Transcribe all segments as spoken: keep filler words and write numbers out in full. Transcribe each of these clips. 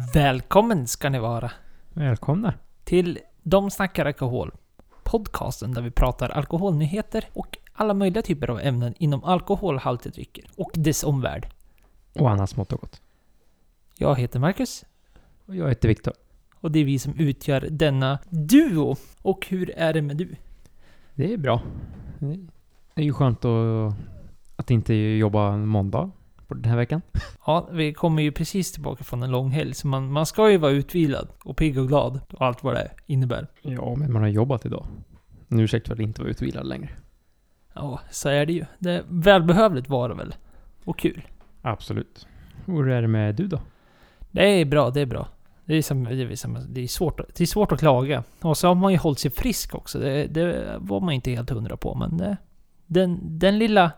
Välkommen ska ni vara Välkomna till De snackar alkohol. Podcasten där vi pratar alkoholnyheter och alla möjliga typer av ämnen inom alkoholhaltiga drycker och dess omvärld. och annat smått och gott. Jag heter Marcus Och jag heter Viktor. och det är vi som utgör denna duo. Och hur är det med du? Det är bra. Det är ju skönt att, att inte jobba måndag på den här veckan. Ja, vi kommer ju precis tillbaka från en lång helg så man, man ska ju vara utvilad och pigg och glad och allt vad det innebär. Ja, men man har jobbat idag. Nu ursäkta för att inte vara utvilad längre. Ja, så är det ju. Det är välbehövligt var det väl. Och kul. Absolut. Hur är det med du då? Det är bra, det är bra. Det är, som, det är, som, det är, svårt, det är svårt att klaga. Och så har man ju hållit sig frisk också. Det, det var man inte helt hundra på. Men det, den, den lilla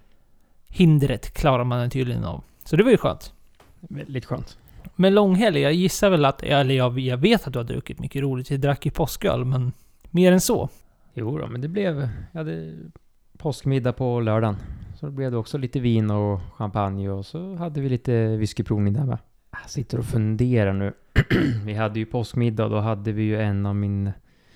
hindret klarar man tydligen av. Så det var ju skönt. Väldigt skönt. Men långhelg, jag gissar väl att... Eller jag, jag vet att du har druckit mycket roligt. Jag drack ju påsköl, men mer än så. Jo då, men det blev... Jag hade påskmiddag på lördagen. Så det blev det också lite vin och champagne. Och så hade vi lite whiskyprovning där med. Jag sitter och funderar nu. Vi hade ju påskmiddag och då hade vi ju en av min...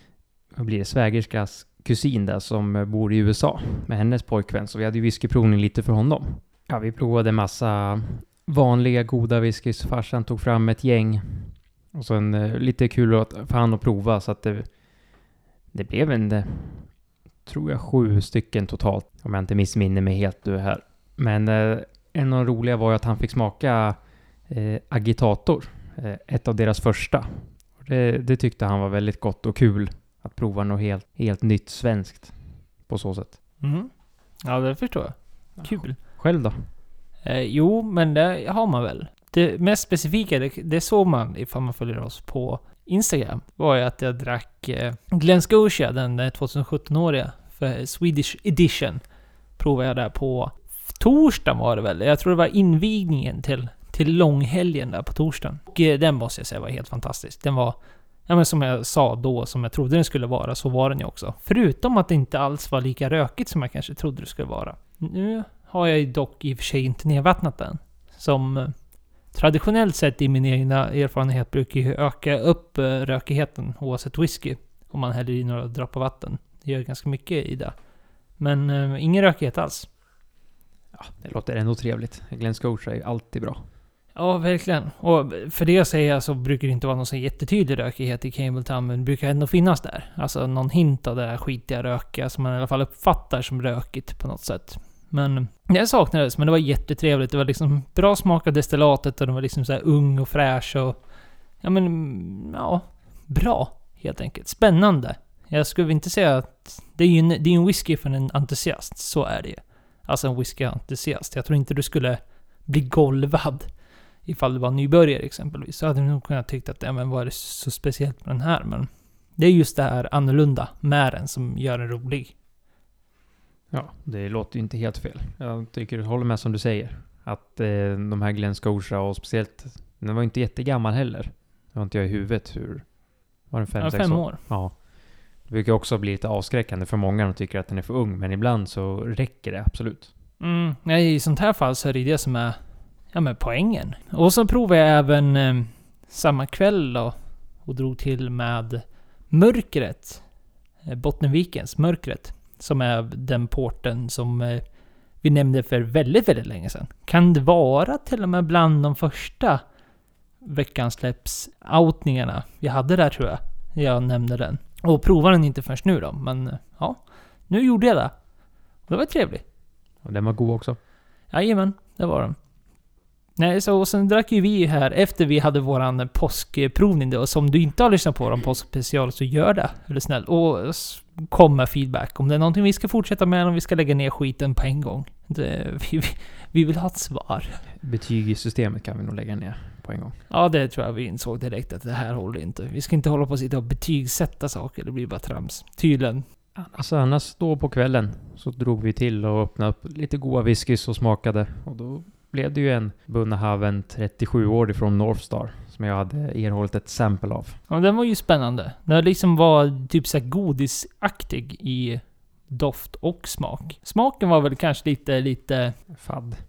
Vad blir det? Svägerskas kusin där som bor i U S A med hennes pojkvän. Så vi hade ju whiskyprovning lite för honom. Ja, vi provade massa vanliga goda whiskys. Farsan tog fram ett gäng. Och sen eh, lite kul att, för han att prova så att det, det blev en, eh, tror jag, sju stycken totalt. Om jag inte missminner mig helt nu här. Men eh, en av de roliga var ju att han fick smaka eh, agitator. Eh, ett av deras första. Det, det tyckte han var väldigt gott och kul. Att prova något helt, helt nytt svenskt på så sätt. Mm. Ja, det förstår jag. Kul. Själv då? Eh, jo, men det har man väl. Det mest specifika, det, det såg man ifall man följer oss på Instagram, var ju att jag drack eh, Glen Scotia, den tjugosjutton-åriga för Swedish edition. Provade jag där på torsdagen var det väl. Jag tror det var invigningen till, till långhelgen där på torsdagen. Och eh, den måste jag säga var helt fantastisk. Den var, ja men som jag sa då, som jag trodde den skulle vara, så var den ju också. Förutom att det inte alls var lika rökigt som jag kanske trodde det skulle vara. Nu har jag ju dock i och för sig inte nedvattnat den. Som eh, traditionellt sett i min egna erfarenhet brukar ju öka upp eh, rökigheten oavsett whisky. Om man häller i några droppar vatten. Det gör ganska mycket i det. Men eh, ingen rökighet alls. Ja, det låter ändå trevligt. Glen Scotia är ju alltid bra. Ja, verkligen. Och för det jag säger så brukar det inte vara någon så jättetydlig rökighet i Campbelltown, men det brukar ändå finnas där. Alltså någon hint av det här skitiga röka som man i alla fall uppfattar som rökigt på något sätt. Men det saknades, men det var jättetrevligt. Det var liksom bra smak av destillatet och den var liksom så här ung och fräsch och ja men, ja, bra helt enkelt. Spännande. Jag skulle inte säga att det är ju en, det är en whisky för en entusiast, så är det ju. Alltså en whisky-entusiast. Jag tror inte du skulle bli golvad ifall det var nybörjare exempelvis. Så hade du nog kunnat tycka att, ja men vad är det så speciellt med den här? Men det är just det här annorlunda med den som gör den rolig. Ja, det låter ju inte helt fel. Jag tycker, jag håller med som du säger. Att eh, de här Glen Scotia och speciellt, den var inte jättegammal heller. Det var inte jag i huvudet hur... Var den fem, Ja, sex fem år? år. Ja. Det brukar också bli lite avskräckande för många och tycker att den är för ung. Men ibland så räcker det absolut. Mm, nej, i sånt här fall så är det det som är, ja men poängen. Och så provade jag även eh, samma kväll då och drog till med Mörkret. Eh, Bottenvikens Mörkret. Som är den porten som eh, vi nämnde för väldigt, väldigt länge sedan. Kan det vara till och med bland de första veckans släpps outningarna vi hade där, tror jag. Jag nämnde den. Och provade den inte först nu då. Men ja, nu gjorde jag det. Det var trevligt. Och den var god också. Jajamän, det var den. Nej, så och sen drack ju vi här efter vi hade våran påskprovning då. Som du inte har lyssnat på våran påskspecial så gör det. Eller snäll. Och kom med feedback. Om det är någonting vi ska fortsätta med, om vi ska lägga ner skiten på en gång. Det, vi, vi vill ha ett svar. Betyg i systemet kan vi nog lägga ner på en gång. Ja, det tror jag vi insåg direkt att det här håller inte. Vi ska inte hålla på att sitta och betygsätta saker. Det blir bara trams. Tydligen. Alltså annars då på kvällen så drog vi till och öppnade upp lite goda whiskys och smakade. Och då blev det ju en Bunnahaven trettiosju år ifrån Northstar som jag hade erhållit ett sample av. Ja, den var ju spännande. Den liksom var typ så här godisaktig i doft och smak. Smaken var väl kanske lite, lite... Fadd.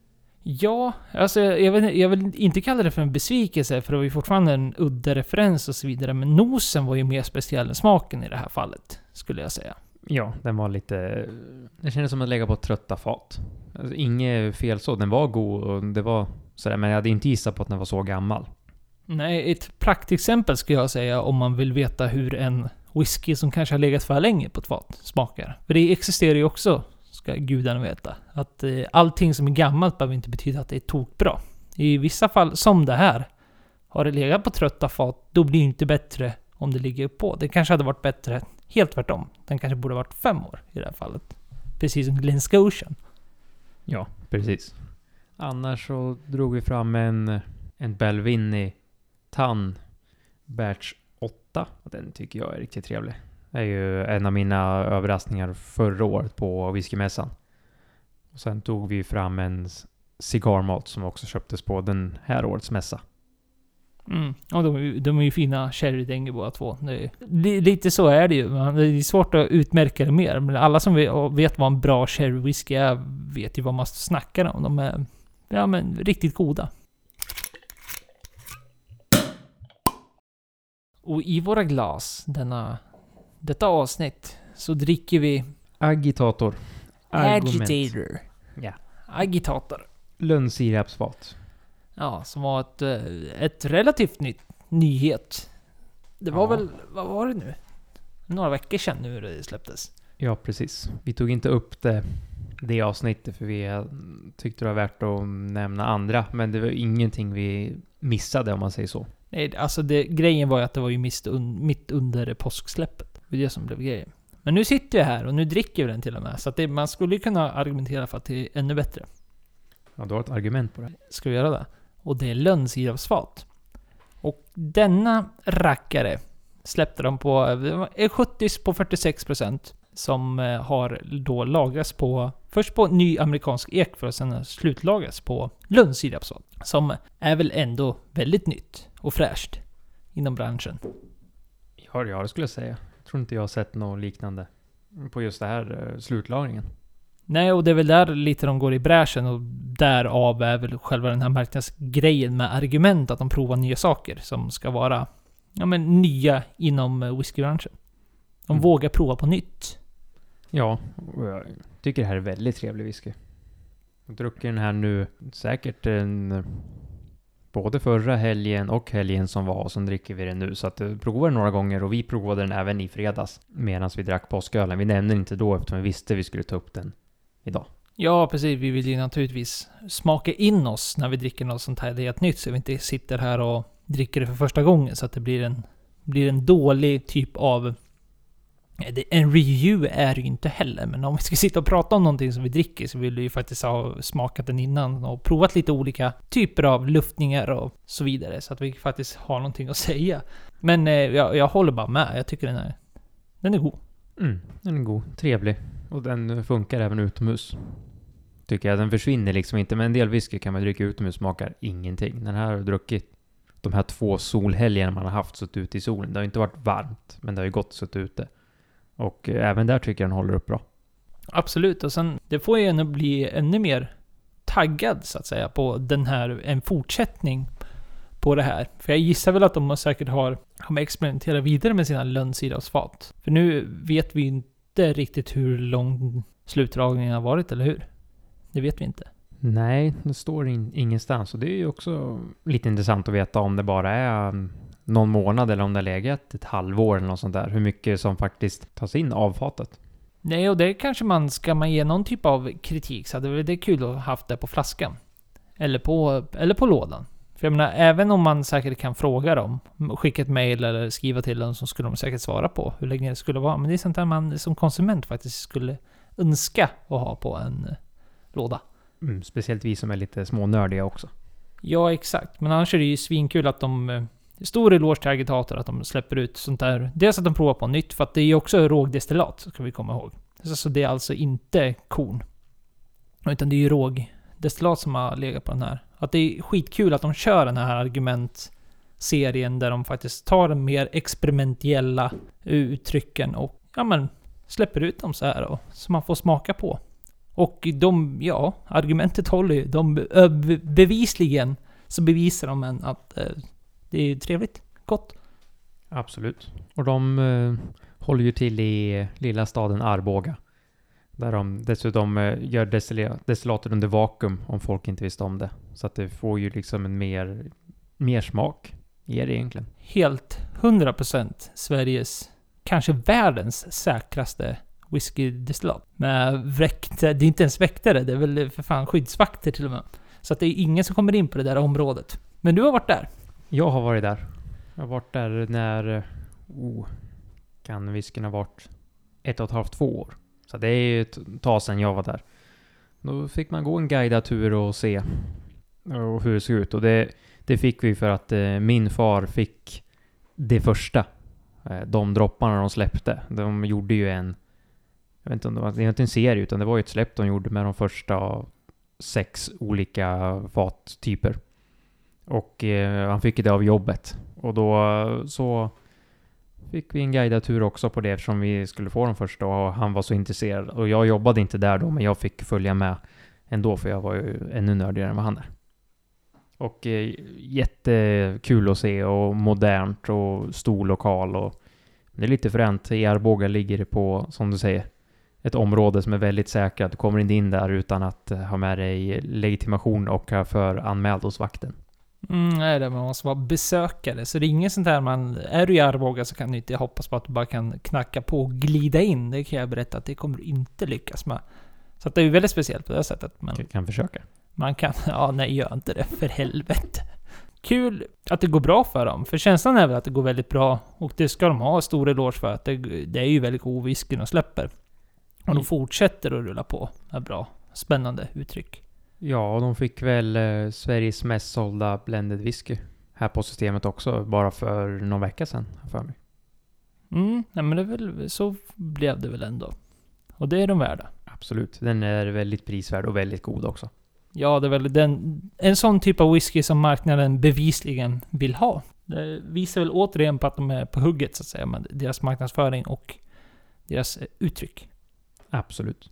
Ja, alltså jag vill, jag vill inte kalla det för en besvikelse, för det var ju fortfarande en udda referens och så vidare. Men nosen var ju mer speciell än smaken i det här fallet, skulle jag säga. Ja, den var lite... Det kändes som att lägga på trötta fat. Alltså, inget fel så. Den var god och det var sådär, men jag hade inte gissat på att den var så gammal. Nej, ett praktexempel skulle jag säga om man vill veta hur en whisky som kanske har legat för länge på ett fat smakar. För det existerar ju också, ska gudarna veta, att eh, allting som är gammalt behöver inte betyda att det är tokbra. I vissa fall, som det här, har det legat på trötta fat, då blir det inte bättre om det ligger på. Det kanske hade varit bättre helt tvärtom. Den kanske borde ha varit fem år i det här fallet. Precis som Glenskochen. Ja, precis. Annars så drog vi fram en, en Balvenie Tann Batch åtta. Och den tycker jag är riktigt trevlig. Det är ju en av mina överraskningar förra året på whiskymässan. Och sen tog vi fram en Cigar Malt som också köptes på den här årets mässa. Mm. Och de, är- de är ju fina sherrydängor båda två. Det är, li- lite så är det ju. Men det är svårt att utmärka det mer. Men alla som vet, vet vad en bra sherrywhisky är vet ju vad man snackar om. De är ja, men, riktigt goda. Och i våra glas, denna, detta avsnitt, så dricker vi Agitator. Argument. Agitator. Ja. Agitator. Lönnsirapsfat. Ja, som var ett, eh, ett relativt nytt nyhet. Det var Ja. väl, vad var det nu? Några veckor sedan nu det släpptes. Ja, precis. Vi tog inte upp det, det avsnittet för vi tyckte det var värt att nämna andra. Men det var ingenting vi missade om man säger så. Nej, alltså det, grejen var ju att det var ju mitt, un, mitt under påsksläppet. Det var det som blev grejen. Men nu sitter vi här och nu dricker vi den till och med. Så att det, man skulle kunna argumentera för att det är ännu bättre. Ja, du har ett argument på det. Ska vi göra det? Och det är lönnsirapsfat. Och denna rackare släppte de på är sjuttio på fyrtiosex procent. Som eh, har då lagrats på först på ny amerikansk ek för att sen slutlagras på lönnsirapsfat. Som är väl ändå väldigt nytt och fräscht inom branschen. Ja, ja, det skulle jag säga. Jag tror inte jag har sett något liknande på just det här eh, slutlagringen. Nej, och det är väl där lite de går i bräschen och därav är väl själva den här marknadsgrejen med argument att de provar nya saker som ska vara ja, men nya inom eh, whiskybranschen. De Mm. vågar prova på nytt. Ja, och jag tycker det här är väldigt trevlig whisky. Jag har druckit den här nu säkert en, både förra helgen och helgen som var, och så dricker vi den nu. Så att jag provade den några gånger och vi provade den även i fredags medan vi drack påskölen. Vi nämnde inte då eftersom vi visste vi skulle ta upp den idag. Ja, precis. Vi vill ju naturligtvis smaka in oss när vi dricker något sånt här helt nytt så vi inte sitter här och dricker det för första gången så att det blir en, blir en dålig typ av... En review är det ju inte heller, men om vi ska sitta och prata om någonting som vi dricker så vill vi ju faktiskt ha smakat den innan och provat lite olika typer av luftningar och så vidare så att vi faktiskt har någonting att säga. Men eh, jag, jag håller bara med. Jag tycker den är, den är god. Mm, den är god, trevlig och den funkar även utomhus. Tycker jag, den försvinner liksom inte, men en del whisky kan man dricka utomhus smakar ingenting. Den här har druckit de här två solhelgerna man har haft suttit ute i solen. Det har inte varit varmt, men det har ju gått suttit ute. Och eh, även där tycker jag den håller upp bra. Absolut, och sen det får ju ännu bli ännu mer taggad så att säga på den här, en fortsättning på det här. För jag gissar väl att de säkert har, har experimenterat vidare med sina lönnsirapsfat. För nu vet vi inte riktigt hur lång slutdragningen har varit, eller hur? Det vet vi inte. Nej, det står in, ingenstans. Och det är ju också lite intressant att veta om det bara är um, någon månad eller om det har legat ett halvår eller något sånt där. Hur mycket som faktiskt tas in av fatet. Nej, och det kanske man, ska man ge någon typ av kritik så hade det kul att ha haft det på flaskan. Eller på, eller på lådan. För jag menar, även om man säkert kan fråga dem, skicka ett mejl eller skriva till dem, så skulle de säkert svara på hur länge det skulle vara. Men det är sånt där man som konsument faktiskt skulle önska att ha på en eh, låda. Mm, speciellt vi som är lite smånördiga också. Ja, exakt. Men annars är det ju svinkul att de... Eh, stor eloge till agitator att de släpper ut sånt där. Dels att de provar på nytt, för att det är ju också rågdestillat, ska vi komma ihåg. Så det är alltså inte korn. Utan det är ju rågdestillat som har legat på den här. Att det är skitkul att de kör den här argumentserien där de faktiskt tar de mer experimentella uttrycken och ja men släpper ut dem så här och så man får smaka på. Och de, ja, argumentet håller ju. De bevisligen så bevisar de en att eh, det är trevligt, gott. Absolut. Och de eh, håller ju till i lilla staden Arboga. Där de dessutom eh, gör destilla- destillater under vakuum om folk inte visste om det. Så att det får ju liksom en mer, mer smak i det egentligen. Helt hundra procent Sveriges, kanske världens säkraste whiskydestillat. Med väktare, det är inte ens väktare, det är väl för fan skyddsvakter till och med. Så att det är ingen som kommer in på det där området. Men du har varit där? Jag har varit där. Jag har varit där när, oh, kan whiskyn ha varit ett och ett halvt, två år. Så det är ju ett tag sedan jag var där. Då fick man gå en guidad tur och se och hur det såg ut. Och det, det fick vi för att eh, min far fick det första. Eh, de dropparna de släppte. De gjorde ju en, jag vet inte om det var, det var inte en serie utan det var ju ett släpp de gjorde med de första sex olika fattyper. Och eh, han fick det av jobbet. Och då så fick vi en guidad tur också på det eftersom vi skulle få den första och han var så intresserad. Och jag jobbade inte där då men jag fick följa med ändå för jag var ju ännu nördigare än vad han är. Och eh, jättekul att se och modernt och stor lokal och det är lite fränt. I Arboga ligger det på, som du säger, ett område som är väldigt säkrat. Du kommer inte in där utan att ha med dig legitimation och för anmäld hos vakten. Mm, nej, det man måste vara besökare. Så det är inget sånt här man... Är du i Arboga så kan du inte hoppas på att du bara kan knacka på och glida in. Det kan jag berätta att det kommer du inte lyckas med. Så att det är ju väldigt speciellt på det sättet. Men Jag kan försöka. Man kan... Ja, nej, gör inte det. För helvete. Kul att det går bra för dem. För känslan är väl att det går väldigt bra. Och det ska de ha stor eloge för. Att det, det är ju väldigt god whisky de släpper. Och de fortsätter att rulla på. Det är bra. Spännande uttryck. Ja, och de fick väl eh, Sveriges mest sålda blended whisky här på systemet också. Bara för någon vecka sedan, för mig. Mm, nej, men det är väl, så blev det väl ändå. Och det är de värda. Absolut. Den är väldigt prisvärd och väldigt god också. Ja, det är väl den, en sån typ av whisky som marknaden bevisligen vill ha. Det visar väl återigen på att de är på hugget så att säga med deras marknadsföring och deras uttryck. Absolut.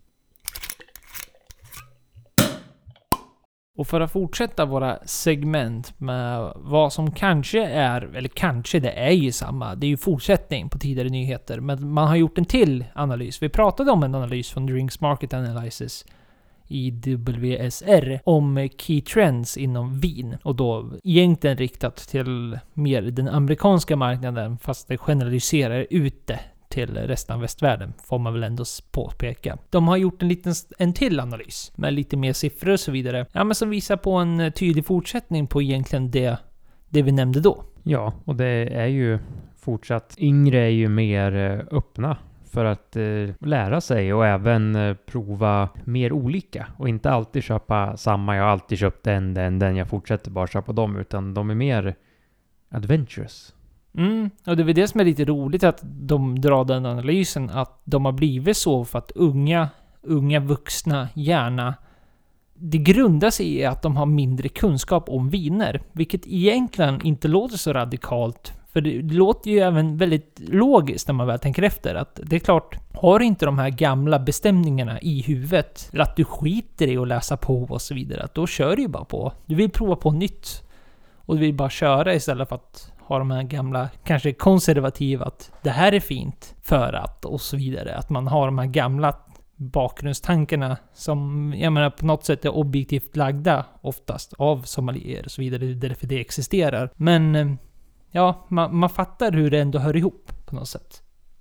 Och för att fortsätta våra segment med vad som kanske är, eller kanske det är ju samma, det är ju fortsättning på tidigare nyheter, men man har gjort en till analys. Vi pratade om en analys från Drinks Market Analysis i W S R om Key Trends inom vin och då egentligen riktat till mer den amerikanska marknaden fast det generaliserar ut det till resten av västvärlden får man väl ändå påpeka. De har gjort en liten en till analys med lite mer siffror och så vidare. Ja, men som visar på en tydlig fortsättning på egentligen det, det vi nämnde då. Ja, och det är ju fortsatt. Yngre är ju mer öppna för att eh, lära sig och även eh, prova mer olika och inte alltid köpa samma. Jag har alltid köpt den, den, den. Jag fortsätter bara köpa dem utan de är mer adventurous. Mm, och det är väl det som är lite roligt att de drar den analysen att de har blivit så för att unga, unga vuxna gärna det grundar sig i att de har mindre kunskap om viner, vilket egentligen inte låter så radikalt för det låter ju även väldigt logiskt när man väl tänker efter att det är klart, har inte de här gamla bestämningarna i huvudet att du skiter i att läsa på och så vidare, att då kör du ju bara på. Du vill prova på nytt och du vill bara köra istället för att har de här gamla, kanske konservativa, att det här är fint för att och så vidare. Att man har de här gamla bakgrundstankarna som, jag menar, på något sätt är objektivt lagda oftast av sommelier och så vidare. Det är därför det existerar. Men ja, man, man fattar hur det ändå hör ihop på något sätt.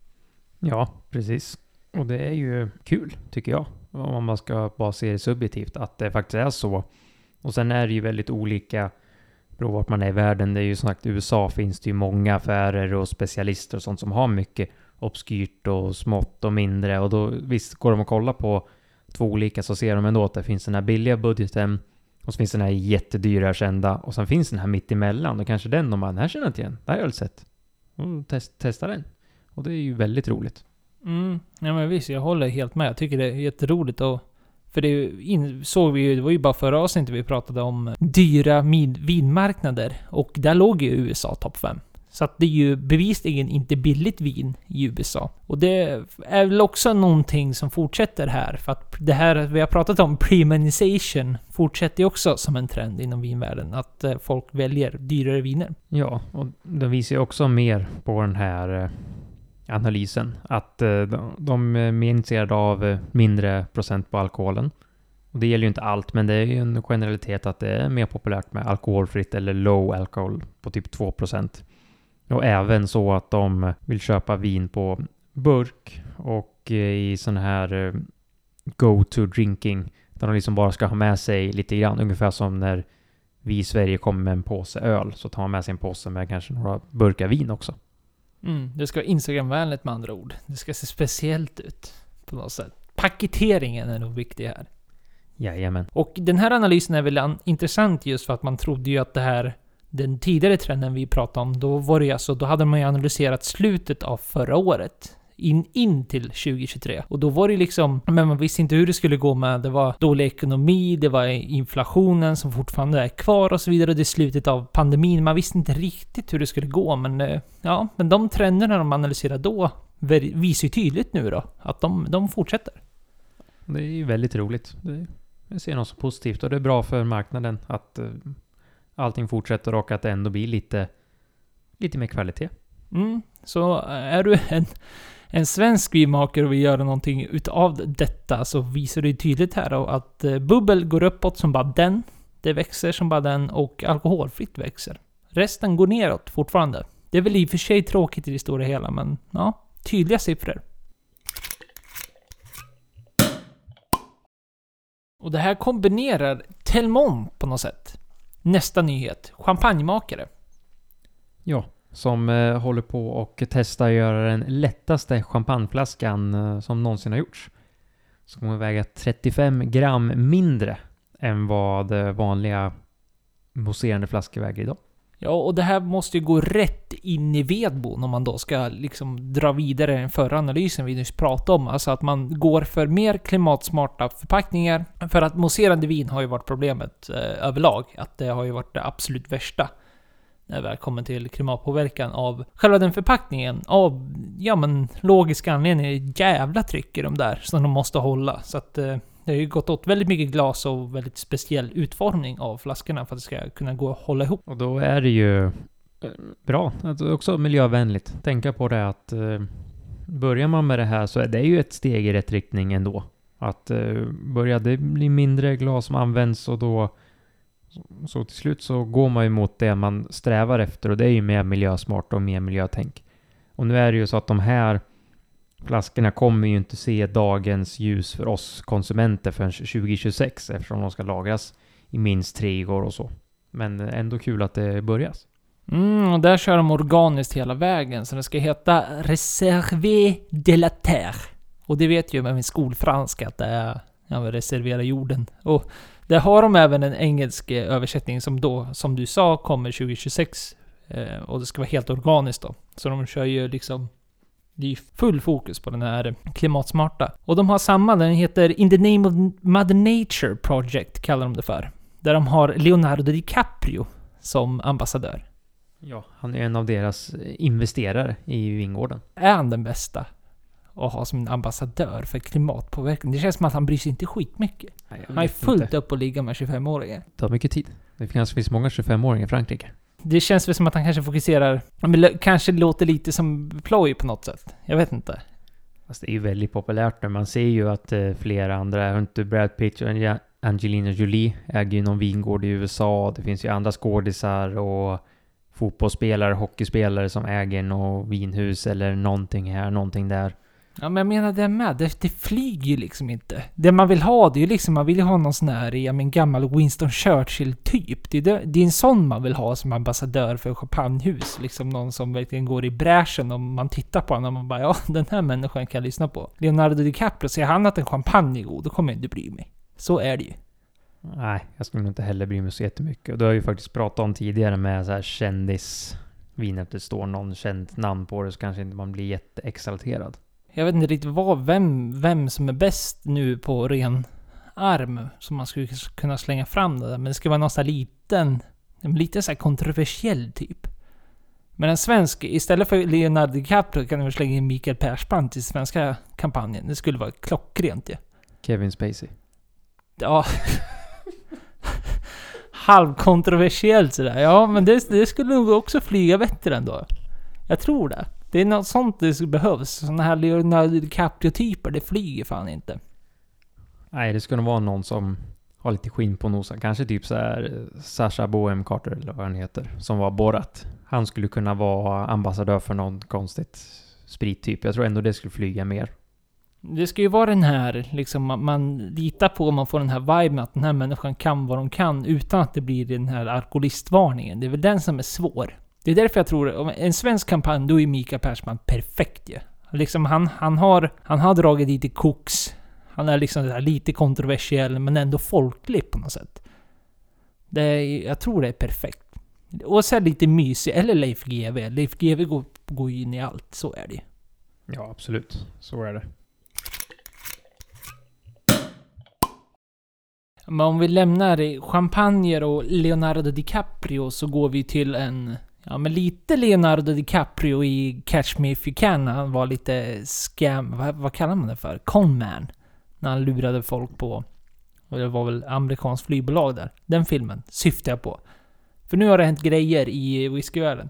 Ja, precis. Och det är ju kul, tycker jag. Om man ska bara se det subjektivt, att det faktiskt är så. Och sen är det ju väldigt olika på vart man är i världen. Det är ju som sagt, i U S A finns det ju många affärer och specialister och sånt som har mycket obskyrt och smått och mindre. Och då visst går de att kolla på två olika så ser de ändå att det finns den här billiga budgeten och så finns den här jättedyra kända och sen finns den här mitt emellan och kanske den de bara, den här känner inte igen. Det här har jag sett. Och test, testa den. Och det är ju väldigt roligt. Mm, ja men visst, jag håller helt med. Jag tycker det är jätteroligt och för det in, såg vi ju, det var ju bara förra avsnittet vi pratade om dyra min, vinmarknader och där låg ju U S A topp fem. Så att det är ju bevisligen inte billigt vin i U S A. Och det är väl också någonting som fortsätter här. För att det här vi har pratat om, premiumization, fortsätter ju också som en trend inom vinvärlden. Att folk väljer dyrare viner. Ja, och det visar ju också mer på den här analysen. Att de är mer intresserade av mindre procent på alkoholen. Och det gäller ju inte allt, men det är ju en generalitet att det är mer populärt med alkoholfritt eller low alcohol på typ två procent. Och även så att de vill köpa vin på burk och i sån här go-to drinking där de liksom bara ska ha med sig lite grann. Ungefär som när vi i Sverige kommer med en påse öl, så tar man med sig en påse med kanske några burkar vin också. Mm, det ska vara Instagram-vänligt med andra ord. Det ska se speciellt ut på något sätt. Paketeringen är nog viktig här. Jajamän. Och den här analysen är väl intressant just för att man trodde ju att det här, den tidigare trenden vi pratade om, då var det alltså, då hade man ju analyserat slutet av förra året. In, in till tjugo tjugotre. Och då var det liksom, men man visste inte hur det skulle gå med, det var dålig ekonomi, det var inflationen som fortfarande är kvar och så vidare. Det är slutet av pandemin, man visste inte riktigt hur det skulle gå, men ja, men de trenderna de analyserade då visar ju tydligt nu då, att de, de fortsätter. Det är ju väldigt roligt. Det, jag ser något så positivt och det är bra för marknaden att uh, allting fortsätter och att det ändå blir lite, lite mer kvalitet. Mm, så är du en en svensk vinmakare och vill göra någonting utav detta, så visar det tydligt här då att bubbel går uppåt som bara den, det växer som bara den, och alkoholfritt växer. Resten går neråt fortfarande. Det är väl i och för sig tråkigt i det stora hela, men ja, tydliga siffror. Och det här kombinerar Telmont på något sätt. Nästa nyhet, champagnemakare. Ja, som eh, håller på och testar att göra den lättaste champagneflaskan eh, som någonsin har gjorts. Så kommer väga trettiofem gram mindre än vad eh, vanliga mousserande flaskor väger idag. Ja, och det här måste ju gå rätt in i vedboden om man då ska liksom dra vidare den förra analysen vi nyss pratade om. Alltså att man går för mer klimatsmarta förpackningar. För att mousserande vin har ju varit problemet eh, överlag. Att det har ju varit det absolut värsta när det kommer till klimatpåverkan av själva den förpackningen. Av, ja men, logiska anledningar, jävla tryck i de där som de måste hålla. Så att eh, det har ju gått åt väldigt mycket glas och väldigt speciell utformning av flaskorna för att det ska kunna gå att hålla ihop. Och då är det ju bra, alltså också miljövänligt. Tänka på det att eh, börjar man med det här så är det ju ett steg i rätt riktning ändå. Att eh, börja det blir mindre glas som används och då så till slut så går man ju mot det man strävar efter, och det är ju mer miljösmart och mer miljötänk. Och nu är det ju så att de här flaskorna kommer ju inte se dagens ljus för oss konsumenter förrän tjugo tjugosex, eftersom de ska lagras i minst tre år och så. Men ändå kul att det börjas. Mm, och där kör de organiskt hela vägen, så det ska heta Reservé de la Terre. Och det vet ju med min skolfranska att det är, ja, reservera jorden. Och där har de även en engelsk översättning som då, som du sa, kommer tjugo tjugosex. Eh, och det ska vara helt organiskt då. Så de kör ju liksom, det är full fokus på den här klimatsmarta. Och de har samma, den heter In the Name of Mother Nature Project, kallar de det för. Där de har Leonardo DiCaprio som ambassadör. Ja, han är en av deras investerare i vingården. Är han den bästa att ha som en ambassadör för klimatpåverkan? Det känns som att han bryr sig inte skitmycket. Nej, han är fullt inte upp att ligga med tjugofem-åringar. Det tar mycket tid. Det kanske finns många tjugofem-åringar i Frankrike. Det känns väl som att han kanske fokuserar, men kanske låter lite som ploj på något sätt. Jag vet inte. Fast det är ju väldigt populärt nu. Man ser ju att eh, flera andra, inte Brad Pitt och Angelina Jolie äger ju någon vingård i U S A. Det finns ju andra skådisar och fotbollsspelare, hockeyspelare som äger något vinhus eller någonting här, någonting där. Ja, men jag menar det med. Det, det flyger ju liksom inte. Det man vill ha, det är ju liksom, man vill ju ha någon sån här, ja, men gammal Winston Churchill-typ. Det, det, det är en sån man vill ha som ambassadör för champagnehus. Liksom någon som verkligen går i bräschen om man tittar på honom och man bara, ja, den här människan kan jag lyssna på. Leonardo DiCaprio, säger han att en champagne är god, då kommer jag inte bry mig. Så är det ju. Nej, jag skulle inte heller bry mig så jättemycket. Och det har jag ju faktiskt pratat om tidigare med så här kändisvin, att det står någon känd namn på det, så kanske inte man blir jätteexalterad. Jag vet inte riktigt vad, vem, vem som är bäst nu på ren arm som man skulle kunna slänga fram det där. Men det ska vara någon sån här liten, lite så här kontroversiell typ. Men en svensk, istället för Leonardo DiCaprio kan du slänga in Mikael Persbrandt i svenska kampanjen. Det skulle vara klockrent, ja. Kevin Spacey. Ja. Halvkontroversiellt sådär. Ja, men det, det skulle nog också flyga bättre ändå. Jag tror det. Det är något sånt det behövs. Sådana här Leonardo DiCaprio-typer, det flyger fan inte. Nej, det skulle nog vara någon som har lite skinn på nosen. Kanske typ så här Sacha Bohem Carter eller vad han heter. Som var Borat. Han skulle kunna vara ambassadör för någon konstigt sprittyp. Jag tror ändå det skulle flyga mer. Det ska ju vara den här, liksom, man, man litar på, man får den här viben att den här människan kan vad de kan utan att det blir den här alkoholistvarningen. Det är väl den som är svår. Det är därför jag tror, om en svensk kampanj, då är Mikael Persbrandt perfekt ju. Ja. Liksom han, han, har, han har dragit dit i koks. Han är liksom där lite kontroversiell men ändå folklig på något sätt. Det är, jag tror det är perfekt. Och så lite mysig, eller Leif G W. Leif G W går, går in i allt, så är det. Ja, absolut. Så är det. Men om vi lämnar champagner och Leonardo DiCaprio så går vi till en... Ja, men lite Leonardo DiCaprio i Catch Me If You Can. Han var lite scam... Vad, vad kallar man det för? Conman. När han lurade folk på... Och det var väl amerikanskt flygbolag där. Den filmen syftar jag på. För nu har det hänt grejer i whiskyvärlden.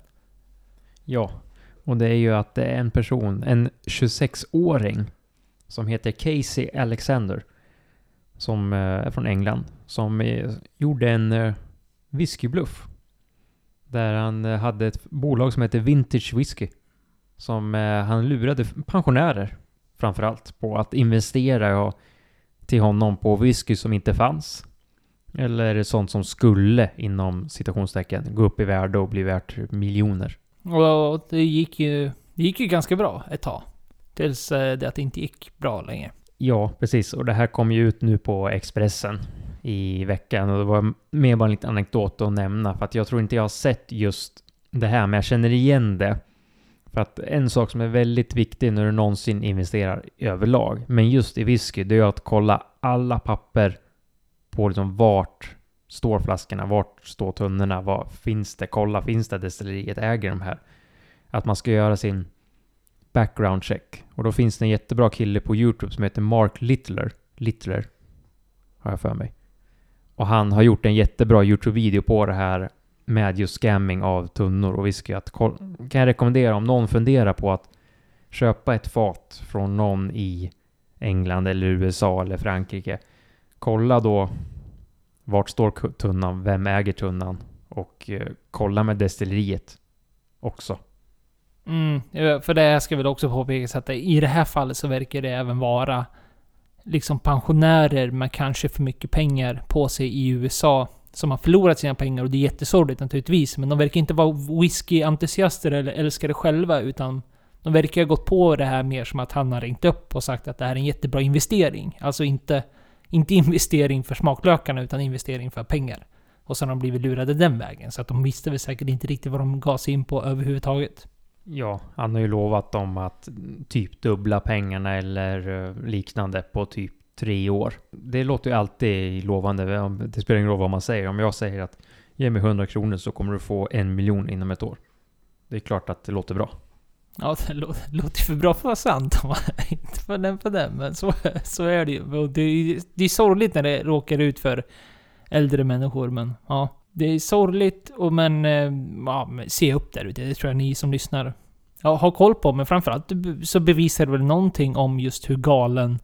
Ja, och det är ju att det är en person, en tjugosexåring som heter Casey Alexander, som är från England, som gjorde en whiskybluff. Där han hade ett bolag som heter Vintage Whisky, som han lurade pensionärer framförallt på att investera till honom på whisky som inte fanns. Eller sånt som skulle, inom citationstecken, gå upp i värde och bli värt miljoner. Och det gick ju, det gick ju ganska bra ett tag. Tills det att det inte gick bra länge. Ja, precis. Och det här kom ju ut nu på Expressen i veckan. Och det var mer bara en liten anekdot att nämna. För att jag tror inte jag har sett just det här, men jag känner igen det. För att en sak som är väldigt viktig när du någonsin investerar överlag, men just i whisky, det är att kolla alla papper på liksom vart står flaskorna, vart står tunnorna, vad finns det, kolla, finns det destilleriet äger de här. Att man ska göra sin background check. Och då finns det en jättebra kille på YouTube som heter Mark Littler. Littler har jag för mig. Och han har gjort en jättebra YouTube-video på det här med just scamming av tunnor och whisky. Att kolla, kan jag rekommendera om någon funderar på att köpa ett fat från någon i England eller U S A eller Frankrike. Kolla då vart står tunnan, vem äger tunnan, och eh, kolla med destilleriet också. Mm, för det ska väl också påpekas att i det här fallet så verkar det även vara liksom pensionärer med kanske för mycket pengar på sig i U S A som har förlorat sina pengar, och det är jättesorgligt naturligtvis, men de verkar inte vara whisky-entusiaster eller älskar det själva, utan de verkar ha gått på det här mer som att han har ringt upp och sagt att det här är en jättebra investering. Alltså inte, inte investering för smaklökarna utan investering för pengar. Och sen har de blivit lurade den vägen, så att de visste väl säkert inte riktigt vad de gav sig in på överhuvudtaget. Ja, han har ju lovat dem att typ dubbla pengarna eller liknande på typ tre år. Det låter ju alltid lovande. Det spelar ingen roll vad man säger. Om jag säger att ge mig hundra kronor så kommer du få en miljon inom ett år. Det är klart att det låter bra. Ja, det låter, låter för bra för att vara sant. Inte för den för den, men så, så är det ju. Det är, det är sorgligt när det råkar ut för äldre människor, men ja. Det är sorgligt, och men ja, se upp där ute. Det tror jag ni som lyssnar ja, har koll på. Men framförallt så bevisar det väl någonting om just hur galen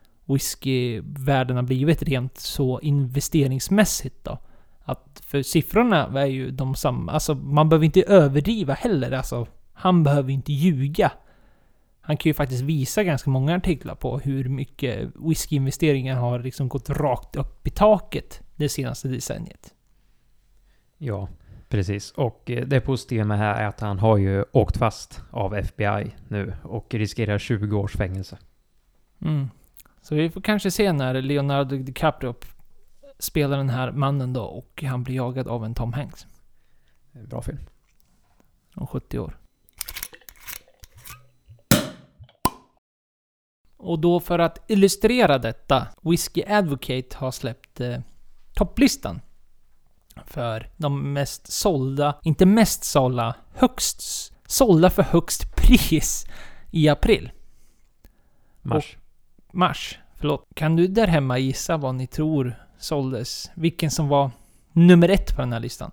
whiskyvärlden har blivit rent så investeringsmässigt då. Att för siffrorna är ju de samma. Alltså man behöver inte överdriva heller. Alltså han behöver inte ljuga. Han kan ju faktiskt visa ganska många artiklar på hur mycket whiskyinvesteringar har liksom gått rakt upp i taket det senaste decenniet. Ja, precis. Och det positiva med det här är att han har ju åkt fast av F B I nu och riskerar tjugo års fängelse. Mm. Så vi får kanske se när Leonardo DiCaprio spelar den här mannen då och han blir jagad av en Tom Hanks. Bra film. Om sjuttio år. Och då för att illustrera detta, Whiskey Advocate har släppt eh, topplistan för de mest sålda, inte mest sålda, högst sålda för högst pris i april. Mars. Och, mars, förlåt. Kan du där hemma gissa vad ni tror såldes? Vilken som var nummer ett på den här listan?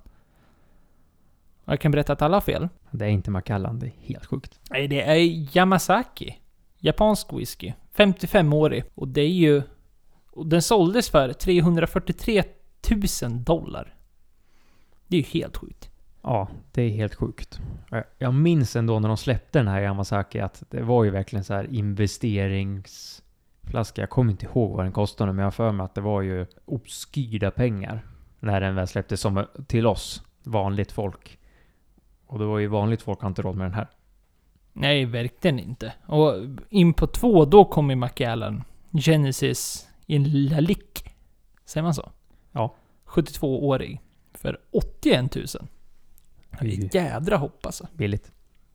Jag kan berätta att alla har fel. Det är inte Macallan, det är helt sjukt. Nej, det är Yamazaki. Japansk whisky. femtiofem-årig. Och det är ju... Och den såldes för trehundrafyrtiotre tusen dollar. Det är ju helt sjukt. Ja, det är helt sjukt. Jag minns ändå när de släppte den här Yamazaki att det var ju verkligen så här investeringsflaska. Jag kommer inte ihåg vad den kostade, men jag har för mig att det var ju obskyra pengar när den väl släpptes som till oss, vanligt folk. Och det var ju vanligt folk har inte råd med den här. Nej, verkligen inte. Och in på två, då kommer Macallan Genesis i en Lalique. Säger man så? Ja. sjuttiotvå-årig. För åttioen tusen. Det är ett jädra hopp alltså. Billigt.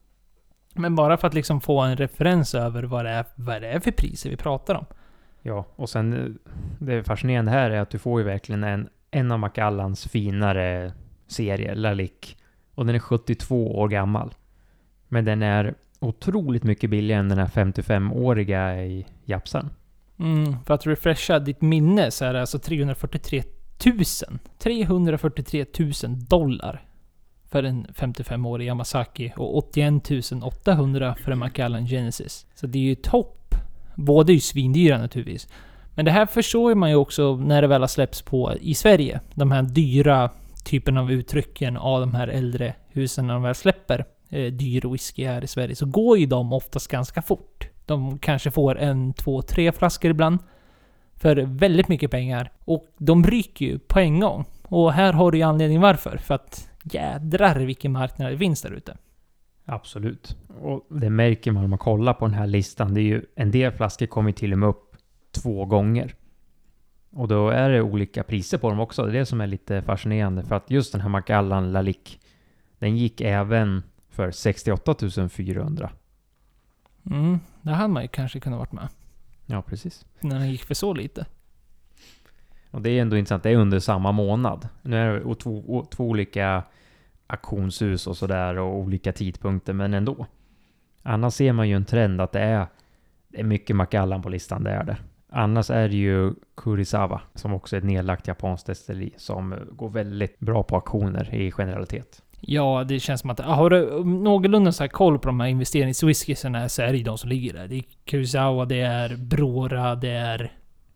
Men bara för att liksom få en referens över vad det är, vad det är för priser vi pratar om. Ja, och sen det fascinerande här är att du får ju verkligen en, en av Macallans finare serier, Lalique. Och den är sjuttiotvå år gammal. Men den är otroligt mycket billigare än den här femtiofem-åriga i Japsan. Mm, för att refresha ditt minne så är det alltså trehundrafyrtiotre tusen. trehundrafyrtiotre tusen dollar för en femtiofem-årig Yamazaki och åttioen tusen åttahundra för en Macallan Genesis. Så det är ju topp. Båda är ju svindyra naturligtvis. Men det här förstår man ju också när det väl har släppts på i Sverige. De här dyra typen av uttrycken av de här äldre husen när de väl släpper eh, dyr whisky här i Sverige, så går ju de oftast ganska fort. De kanske får en, två, tre flaskor ibland för väldigt mycket pengar. Och de ryker ju på en gång. Och här har du ju anledning varför. För att jädrar vilken marknad det finns där ute. Absolut. Och det märker man om man kollar på den här listan. Det är ju en del flaskor kommer till och med upp två gånger. Och då är det olika priser på dem också. Det är det som är lite fascinerande. För att just den här Macallan Lalique, den gick även för sextioåtta tusen fyrahundra. Mm, det hade man ju kanske kunnat varit med. Ja, precis. När den gick för så lite. Och det är ändå intressant. Det är under samma månad. Nu är det två, två olika auktionshus och sådär och olika tidpunkter, men ändå. Annars ser man ju en trend att det är, det är mycket Macallan på listan, det är det. Annars är det ju Kurisawa som också är ett nedlagt japanskt destilleri som går väldigt bra på auktioner i generalitet. Ja, det känns som att har du någorlunda så här koll på de här investeringswhiskysarna så är det ju de som ligger där. Det är Kurisawa, det är Brora, det är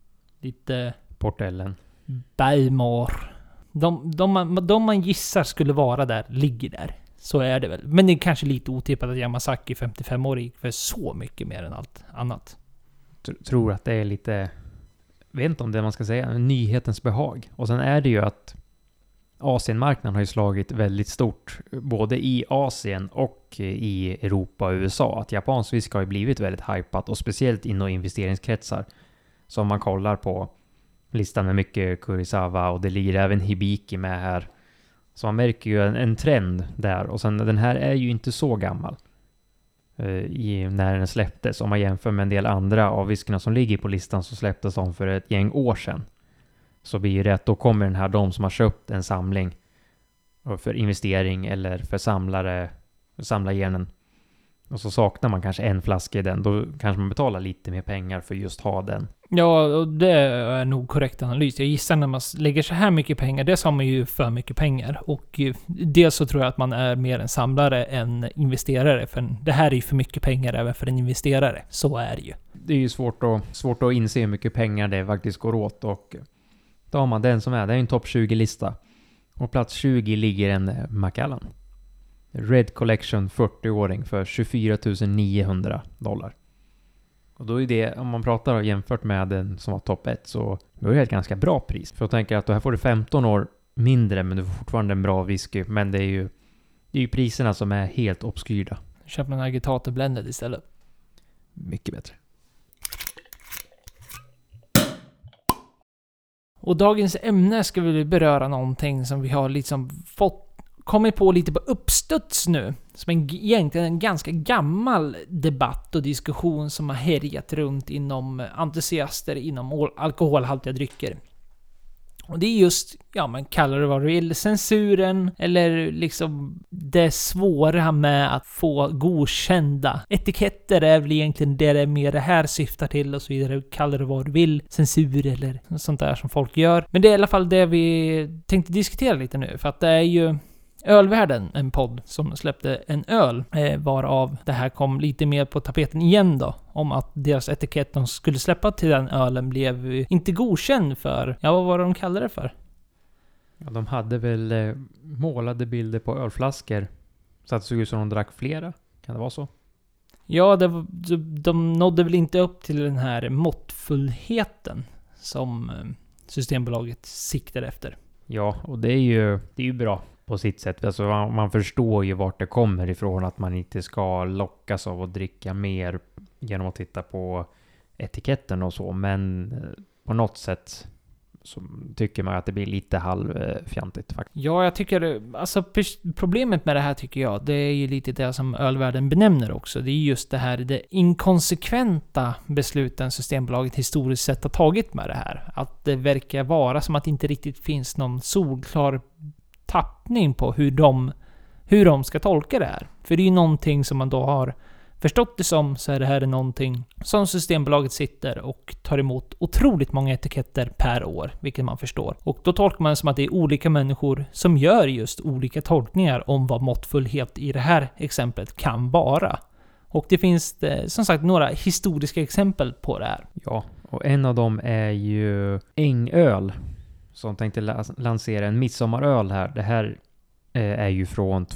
lite Port Ellen. Bergmar. De, de, man, de man gissar skulle vara där ligger där. Så är det väl. Men det är kanske lite otippat att Yamazaki femtiofem år gick för så mycket mer än allt annat. Tror att det är lite, vet inte om det man ska säga, nyhetens behag. Och sen är det ju att Asienmarknaden har ju slagit väldigt stort både i Asien och i Europa och U S A. Att japansk whisky har ju blivit väldigt hypat och speciellt inom investeringskretsar. Så om man kollar på listan med mycket Kurisawa och det ligger även Hibiki med här. Så man märker ju en, en trend där. Och sen den här är ju inte så gammal uh, i, när den släpptes. Om man jämför med en del andra av whiskyna som ligger på listan så släpptes de för ett gäng år sedan. Så blir ju rätt, då kommer den här de som har köpt en samling för investering eller för samlare, samlargenen. Och så saknar man kanske en flaska i den. Då kanske man betalar lite mer pengar för just ha den. Ja, och det är nog korrekt analys. Jag gissar när man lägger så här mycket pengar, det har man ju för mycket pengar. Och dels så tror jag att man är mer en samlare än investerare. För det här är ju för mycket pengar även för en investerare. Så är det ju. Det är ju svårt att, svårt att inse hur mycket pengar det faktiskt går åt. Och då har man den som är, det är en topp tjugo-lista. Och plats tjugo ligger en Macallan. Red Collection fyrtio-åring för tjugofyra tusen niohundra dollar. Och då är det, om man pratar jämfört med den som var topp ett, så då är det ett ganska bra pris. För jag tänker att då här får du femton år mindre, men du får fortfarande en bra whisky. Men det är ju, det är ju priserna som är helt obskyrda. Köp en agitator blended istället. Mycket bättre. Och dagens ämne ska vi beröra någonting som vi har liksom fått kommit på lite på uppstuds nu. Som en, egentligen en ganska gammal debatt och diskussion som har härjat runt inom entusiaster inom alkoholhaltiga drycker. Och det är just, ja man kallar det vad du vill, censuren eller liksom det svåra med att få godkända etiketter är väl egentligen det det mer det här syftar till och så vidare. Kalla det vad du vill, censur eller sånt där som folk gör. Men det är i alla fall det vi tänkte diskutera lite nu, för att det är ju Ölvärlden, en podd som släppte en öl, eh, varav det här kom lite mer på tapeten igen då, om att deras etikett de skulle släppa till den ölen blev inte godkänd för, ja vad var det de kallade det för? Ja, de hade väl eh, målade bilder på ölflaskor så att det såg ut som de drack flera, kan det vara så? Ja, det, var- de, de nådde väl inte upp till den här måttfullheten som eh, Systembolaget siktar efter. Ja, och det är ju, det är ju bra på sitt sätt. Alltså man, man förstår ju vart det kommer ifrån, att man inte ska lockas av att dricka mer genom att titta på etiketten och så. Men eh, på något sätt så tycker man att det blir lite halvfjantigt faktiskt. Ja, jag tycker, alltså pers- problemet med det här tycker jag, det är ju lite det som Ölvärlden benämner också. Det är just det här, det inkonsekventa besluten Systembolaget historiskt sett har tagit med det här. Att det verkar vara som att det inte riktigt finns någon solklar tappning på hur de, hur de ska tolka det här. För det är ju någonting som man då har förstått det som, så är det här någonting som Systembolaget sitter och tar emot otroligt många etiketter per år, vilket man förstår. Och då tolkar man det som att det är olika människor som gör just olika tolkningar om vad måttfullhet i det här exemplet kan vara. Och det finns det, som sagt några historiska exempel på det här. Ja, och en av dem är ju Ängöl som tänkte la- lansera en midsommaröl här. Det här eh, är ju från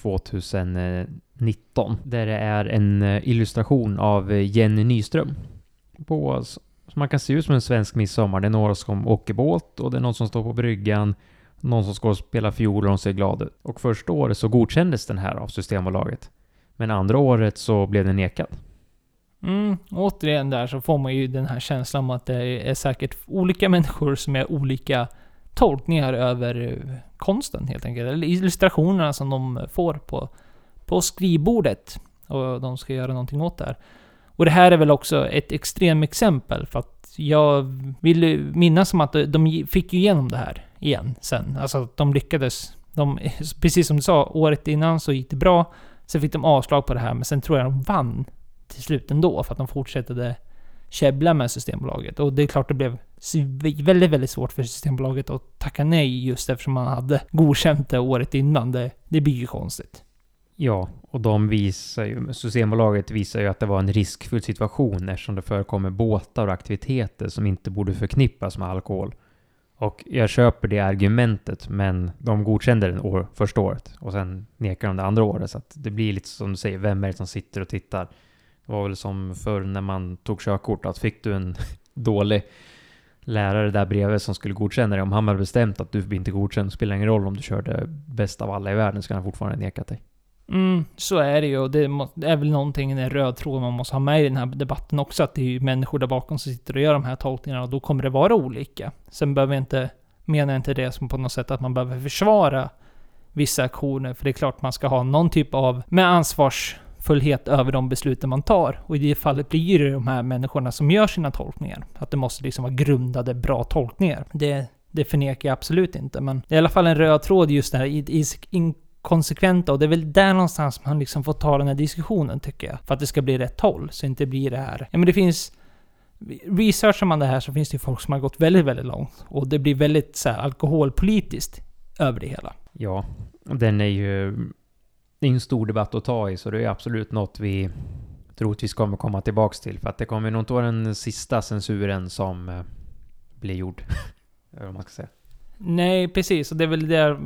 tjugonitton. Där det är en eh, illustration av eh, Jenny Nyström. På, så man kan se ut som en svensk midsommar. Det är några som åker båt och det är någon som står på bryggan. Någon som ska spela fiol och de ser glad ut. Och första året så godkändes den här av Systembolaget. Men andra året så blev den nekad. Mm, återigen där så får man ju den här känslan om att det är säkert olika människor som är olika tolkningar över konsten helt enkelt. Eller illustrationerna som de får på, på skrivbordet. Och de ska göra någonting åt det här. Och det här är väl också ett extremt exempel. För att jag vill minnas som att de fick ju igenom det här igen sen. Alltså att de lyckades. De, precis som du sa, året innan så gick det bra. Sen fick de avslag på det här. Men sen tror jag de vann till slut ändå. För att de fortsatte käbbla med Systembolaget. Och det är klart det blev väldigt, väldigt svårt för Systembolaget att tacka nej just eftersom man hade godkänt det året innan. Det, det blir ju konstigt. Ja, och de visar ju, Systembolaget visar ju att det var en riskfull situation eftersom det förekommer båtar och aktiviteter som inte borde förknippas med alkohol. Och jag köper det argumentet, men de godkände den år, första året och sen nekar de det andra året. Så att det blir lite som du säger, vem är det som sitter och tittar? Det var väl som förr när man tog körkort, att fick du en dålig lärare där bredvid som skulle godkänna dig, om han hade bestämt att du blir inte godkänd, spelar ingen roll om du körde bäst av alla i världen, så kan han fortfarande neka dig. Mm, så är det ju. Och det, må, det är väl någonting, en röd tråd man måste ha med i den här debatten också, att det är ju människor där bakom som sitter och gör de här tolkningarna, och då kommer det vara olika. Sen behöver jag inte, menar jag inte det som på något sätt att man behöver försvara vissa aktioner, för det är klart man ska ha någon typ av med ansvarsfullhet över de besluten man tar. Och i det fallet blir det de här människorna som gör sina tolkningar. Att det måste liksom vara grundade bra tolkningar. Det, det förnekar jag absolut inte, men det är i alla fall en röd tråd just där i, i konsekventa, och det är väl där någonstans man liksom får ta den här diskussionen, tycker jag, för att det ska bli rätt håll, så inte blir det här. Ja, men det finns, researchar man det här så finns det ju folk som har gått väldigt, väldigt långt, och det blir väldigt så här alkoholpolitiskt över det hela. Ja, den är ju det är en stor debatt att ta i, så det är absolut något vi troligtvis kommer komma tillbaks till, för att det kommer nog inte vara den sista censuren som eh, blir gjord, vad man ska säga. Nej, precis, och det är väl där.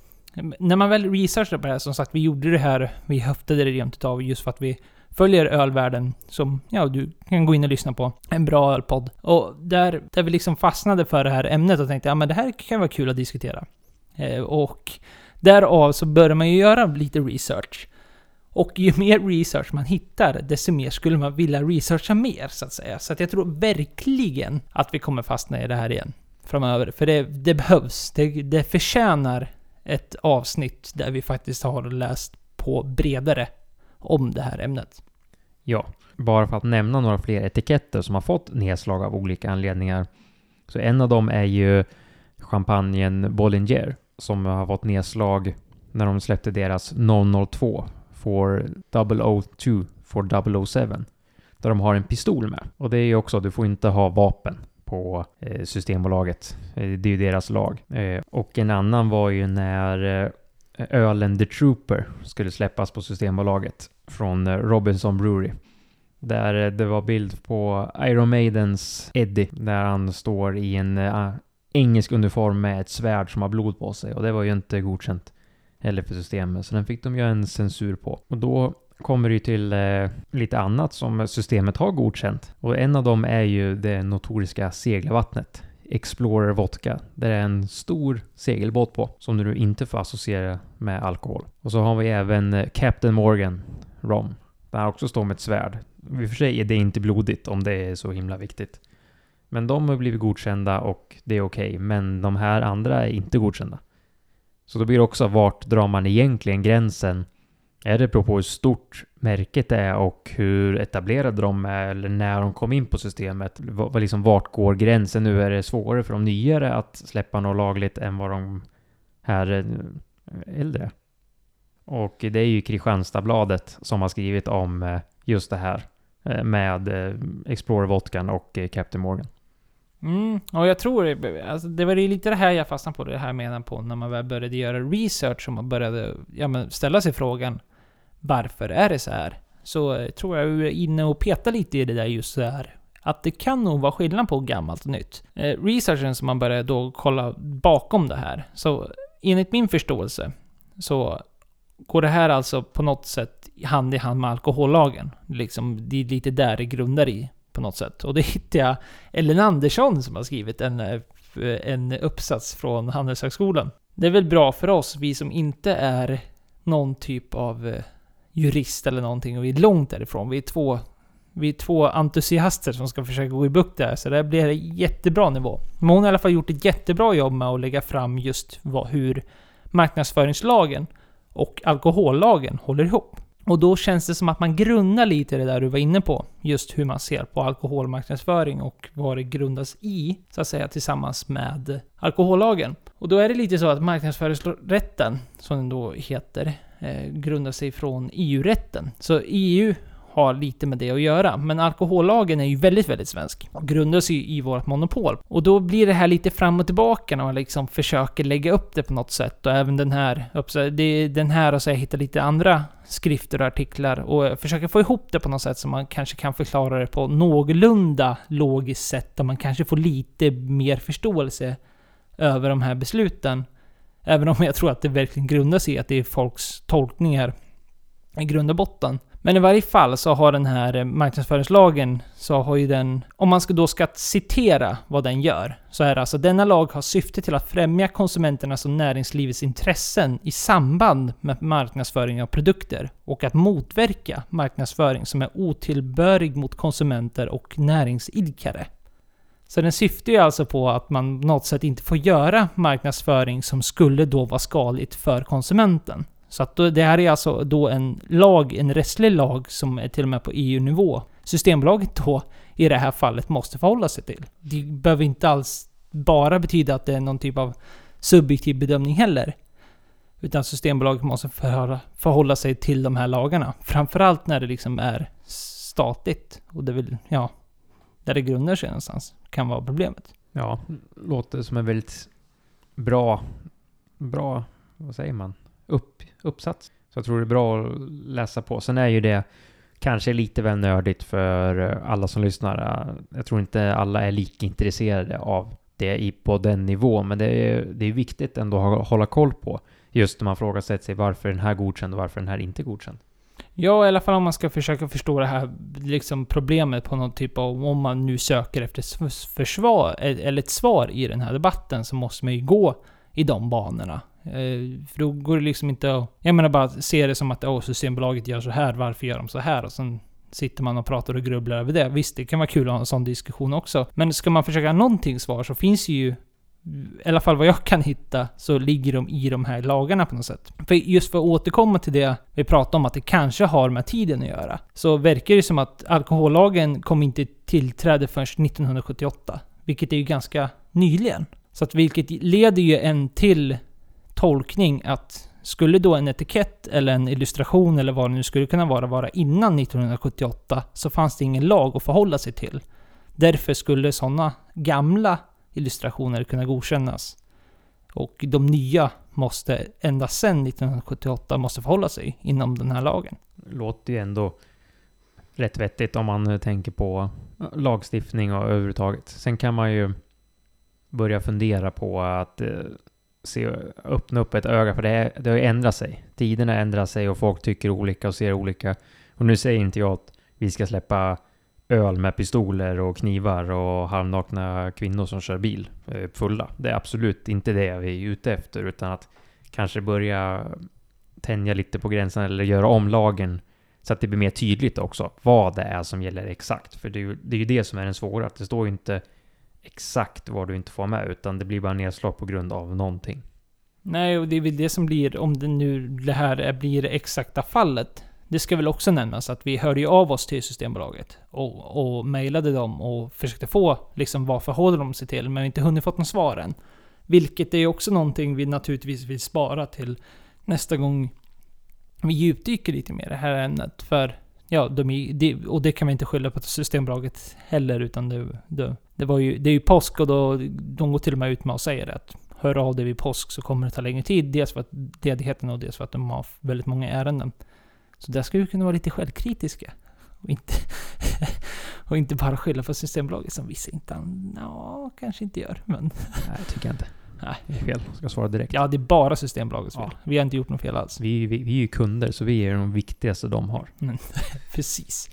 När man väl researchar på det här, som sagt, vi gjorde det här, vi höftade det rent utav just för att vi följer Ölvärlden, som, ja, du kan gå in och lyssna på, en bra ölpodd. Och där, där vi liksom fastnade för det här ämnet och tänkte, ja men det här kan vara kul att diskutera. Eh, och därav så börjar man ju göra lite research. Och ju mer research man hittar, desto mer skulle man vilja researcha mer, så att säga. Så att jag tror verkligen att vi kommer fastna i det här igen framöver. För det, det behövs, det, det förtjänar ett avsnitt där vi faktiskt har läst på bredare om det här ämnet. Ja, bara för att nämna några fler etiketter som har fått nedslag av olika anledningar. Så en av dem är ju champagnen Bollinger, som har fått nedslag när de släppte deras noll noll två for double oh two for double oh seven. Där de har en pistol med. Och det är ju också, du får inte ha vapen på eh, Systembolaget. Eh, det är ju deras lag. Eh, och en annan var ju när eh, ölen The Trooper skulle släppas på Systembolaget från eh, Robinson Brewery. Där eh, det var bild på Iron Maidens Eddie. Där han står i en eh, engelsk uniform med ett svärd som har blod på sig. Och det var ju inte godkänt heller för systemet. Så den fick de göra en censur på. Och då kommer det ju till eh, lite annat som systemet har godkänt. Och en av dem är ju det notoriska segelvattnet. Explorer Vodka. Det är en stor segelbåt på som du inte får associera med alkohol. Och så har vi även eh, Captain Morgan Rom. Där också står med ett svärd. I och för sig är det inte blodigt om det är så himla viktigt. Men de har blivit godkända och det är okej. Okay. Men de här andra är inte godkända. Så då blir det också, vart drar man egentligen gränsen? Är det på hur stort märket är och hur etablerade de är eller när de kom in på systemet? V- liksom, vart går gränsen? Nu är det svårare för de nyare att släppa något lagligt än vad de här äldre. Och det är ju Kristianstadsbladet som har skrivit om just det här med Explorer Vodkan och Captain Morgan. Mm, och jag tror alltså, det var ju lite det här jag fastnade på, det här menar på när man väl började göra research och man började ja, men ställa sig frågan varför är det så här? Så tror jag är inne och peta lite i det där just så här. Att det kan nog vara skillnad på gammalt och nytt. Eh, researchen som man började då kolla bakom det här. Så enligt min förståelse så går det här alltså på något sätt hand i hand med alkohollagen. Liksom, det är lite där det grundar i på något sätt. Och det hittade jag Ellen Andersson som har skrivit en, en uppsats från Handelshögskolan. Det är väl bra för oss, vi som inte är någon typ av jurist eller någonting och vi är långt därifrån. Vi är två, vi är två entusiaster som ska försöka gå i bukt där, så det blir en jättebra nivå. Men hon har i alla fall gjort ett jättebra jobb med att lägga fram just vad, hur marknadsföringslagen och alkohollagen håller ihop. Och då känns det som att man grundar lite i det där du var inne på. Just hur man ser på alkoholmarknadsföring och vad det grundas i, så att säga, tillsammans med alkohollagen. Och då är det lite så att marknadsföringsrätten, som den då heter, eh, grundar sig från E U-rätten. Så E U har lite med det att göra. Men alkohollagen är ju väldigt, väldigt svensk. Och grundas ju i vårt monopol. Och då blir det här lite fram och tillbaka när man liksom försöker lägga upp det på något sätt. Och även den här, det är den här och så jag hittar lite andra skrifter och artiklar. Och försöker få ihop det på något sätt så man kanske kan förklara det på någorlunda logiskt sätt. Där man kanske får lite mer förståelse över de här besluten. Även om jag tror att det verkligen grundar sig i att det är folks tolkningar i grund och botten. Men i varje fall så har den här marknadsföringslagen, så har ju den, om man ska då ska citera vad den gör, så är det alltså: denna lag har syfte till att främja konsumenternas och näringslivets intressen i samband med marknadsföring av produkter och att motverka marknadsföring som är otillbörlig mot konsumenter och näringsidkare. Så den syftar ju alltså på att man på något sätt inte får göra marknadsföring som skulle då vara skadligt för konsumenten. Så att då, det här är alltså då en lag, en rättslig lag som är till och med på E U-nivå. Systembolaget då i det här fallet måste förhålla sig till. Det behöver inte alls bara betyda att det är någon typ av subjektiv bedömning heller. Utan Systembolaget måste förhålla, förhålla sig till de här lagarna. Framförallt när det liksom är statligt. Och det vill, ja, där det grundar sig någonstans kan vara problemet. Ja, låter som en väldigt bra, bra, vad säger man? Upp, uppsats. Så jag tror det är bra att läsa på. Sen är ju det kanske lite väl nördigt för alla som lyssnar. Jag tror inte alla är lika intresserade av det i, på den nivån. Men det är, det är viktigt ändå att hålla koll på. Just när man frågar sig varför den här godkänd och varför den här inte godkänd. Ja, i alla fall om man ska försöka förstå det här liksom problemet på någon typ av, om man nu söker efter försvar eller ett svar i den här debatten, så måste man ju gå i de banorna. För då går det liksom inte att, jag menar bara se det som att åh, Systembolaget gör så här, varför gör de så här? Och sen sitter man och pratar och grubblar över det. Visst, det kan vara kul att ha en sån diskussion också. Men ska man försöka någonting svar så finns ju, i alla fall vad jag kan hitta, så ligger de i de här lagarna på något sätt. För just för att återkomma till det vi pratade om, att det kanske har med tiden att göra, så verkar det som att alkohollagen kom inte tillträde först nittonhundrasjuttioåtta. Vilket är ju ganska nyligen. Så att vilket leder ju en till tolkning att skulle då en etikett eller en illustration eller vad det nu skulle kunna vara, vara innan nittonhundrasjuttioåtta, så fanns det ingen lag att förhålla sig till. Därför skulle sådana gamla illustrationer kunna godkännas. Och de nya måste ända sedan nittonhundrasjuttioåtta måste förhålla sig inom den här lagen. Låter ju ändå rätt vettigt om man tänker på lagstiftning och överhuvudtaget. Sen kan man ju börja fundera på att eh, se, öppna upp ett öga, för det, är, det har ju ändrat sig. Tiderna ändrar sig och folk tycker olika och ser olika. Och nu säger inte jag att vi ska släppa öl med pistoler och knivar och halvnakna kvinnor som kör bil fulla. Det är absolut inte det vi är ute efter, utan att kanske börja tänja lite på gränsen eller göra om lagen så att det blir mer tydligt också vad det är som gäller exakt. För det är ju det, är ju det som är den svåra, att det står ju inte exakt vad du inte får med, utan det blir bara nedslag på grund av någonting. Nej, och det är väl det som blir, om det nu det här är, blir det exakta fallet. Det ska väl också nämnas att vi hörde ju av oss till Systembolaget och, och mejlade dem och försökte få liksom vad förhåller de sig till, men vi har inte hunnit fått någon svar än. Vilket är också någonting vi naturligtvis vill spara till nästa gång vi djupdyker lite mer i det här ämnet. För ja, de är, det, och det kan vi inte skylla på Systembolaget heller, utan det, det, det, var ju, det är ju påsk och då, de går till och med ut med och säger att hör av det vid påsk så kommer det ta längre tid. Dels för att ledigheten och dels för att de har väldigt många ärenden. Så där ska vi kunna vara lite självkritiska. Och inte, och inte bara skylla på Systembolaget som vissa inte, ja, kanske inte gör. Men nej, jag tycker inte. Nej, det är fel. Jag ska svara direkt. Ja, det är bara Systembolagets fel. Ja. Vi har inte gjort något fel alls. Vi, vi, vi är ju kunder, så vi är de viktigaste de har. Mm, precis.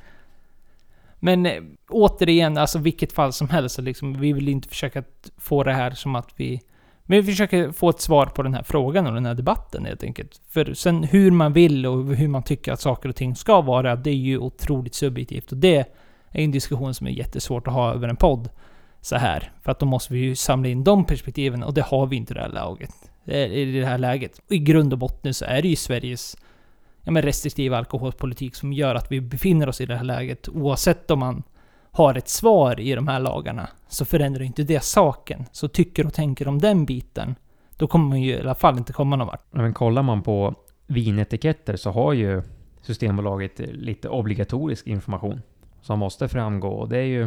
Men eh, återigen, alltså vilket fall som helst, så liksom, vi vill inte försöka få det här som att vi... Men vi försöker få ett svar på den här frågan och den här debatten helt enkelt. För sen hur man vill och hur man tycker att saker och ting ska vara, det är ju otroligt subjektivt. Och det är en diskussion som är jättesvårt att ha över en podd så här. För att då måste vi ju samla in de perspektiven, och det har vi inte i det här läget. I det här läget. Och i grund och botten så är det ju Sveriges ja, men restriktiva alkoholpolitik som gör att vi befinner oss i det här läget. Oavsett om man har ett svar i de här lagarna, så förändrar inte det saken. Så tycker och tänker om den biten, då kommer man ju i alla fall inte komma någon vart. Men kollar man på vinetiketter så har ju Systembolaget lite obligatorisk information som måste framgå. Och det är ju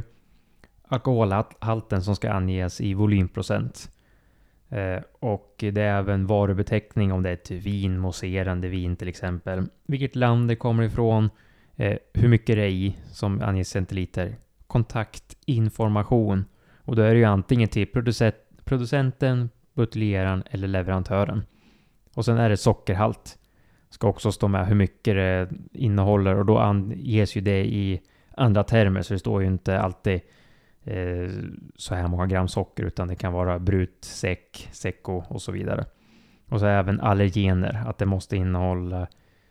alkoholhalten som ska anges i volymprocent. Eh, och det är även varubeteckning, om det är ett vin, mousserande vin till exempel. Vilket land det kommer ifrån, eh, hur mycket det är i som anges centiliter. Kontaktinformation. Och då är det ju antingen till producent, producenten, buteljeraren eller leverantören. Och sen är det sockerhalt. Ska också stå med hur mycket det innehåller, och då anges ju det i andra termer, så det står ju inte alltid eh, så här många gram socker, utan det kan vara brut, säck, secco och så vidare. Och så även allergener, att det måste innehålla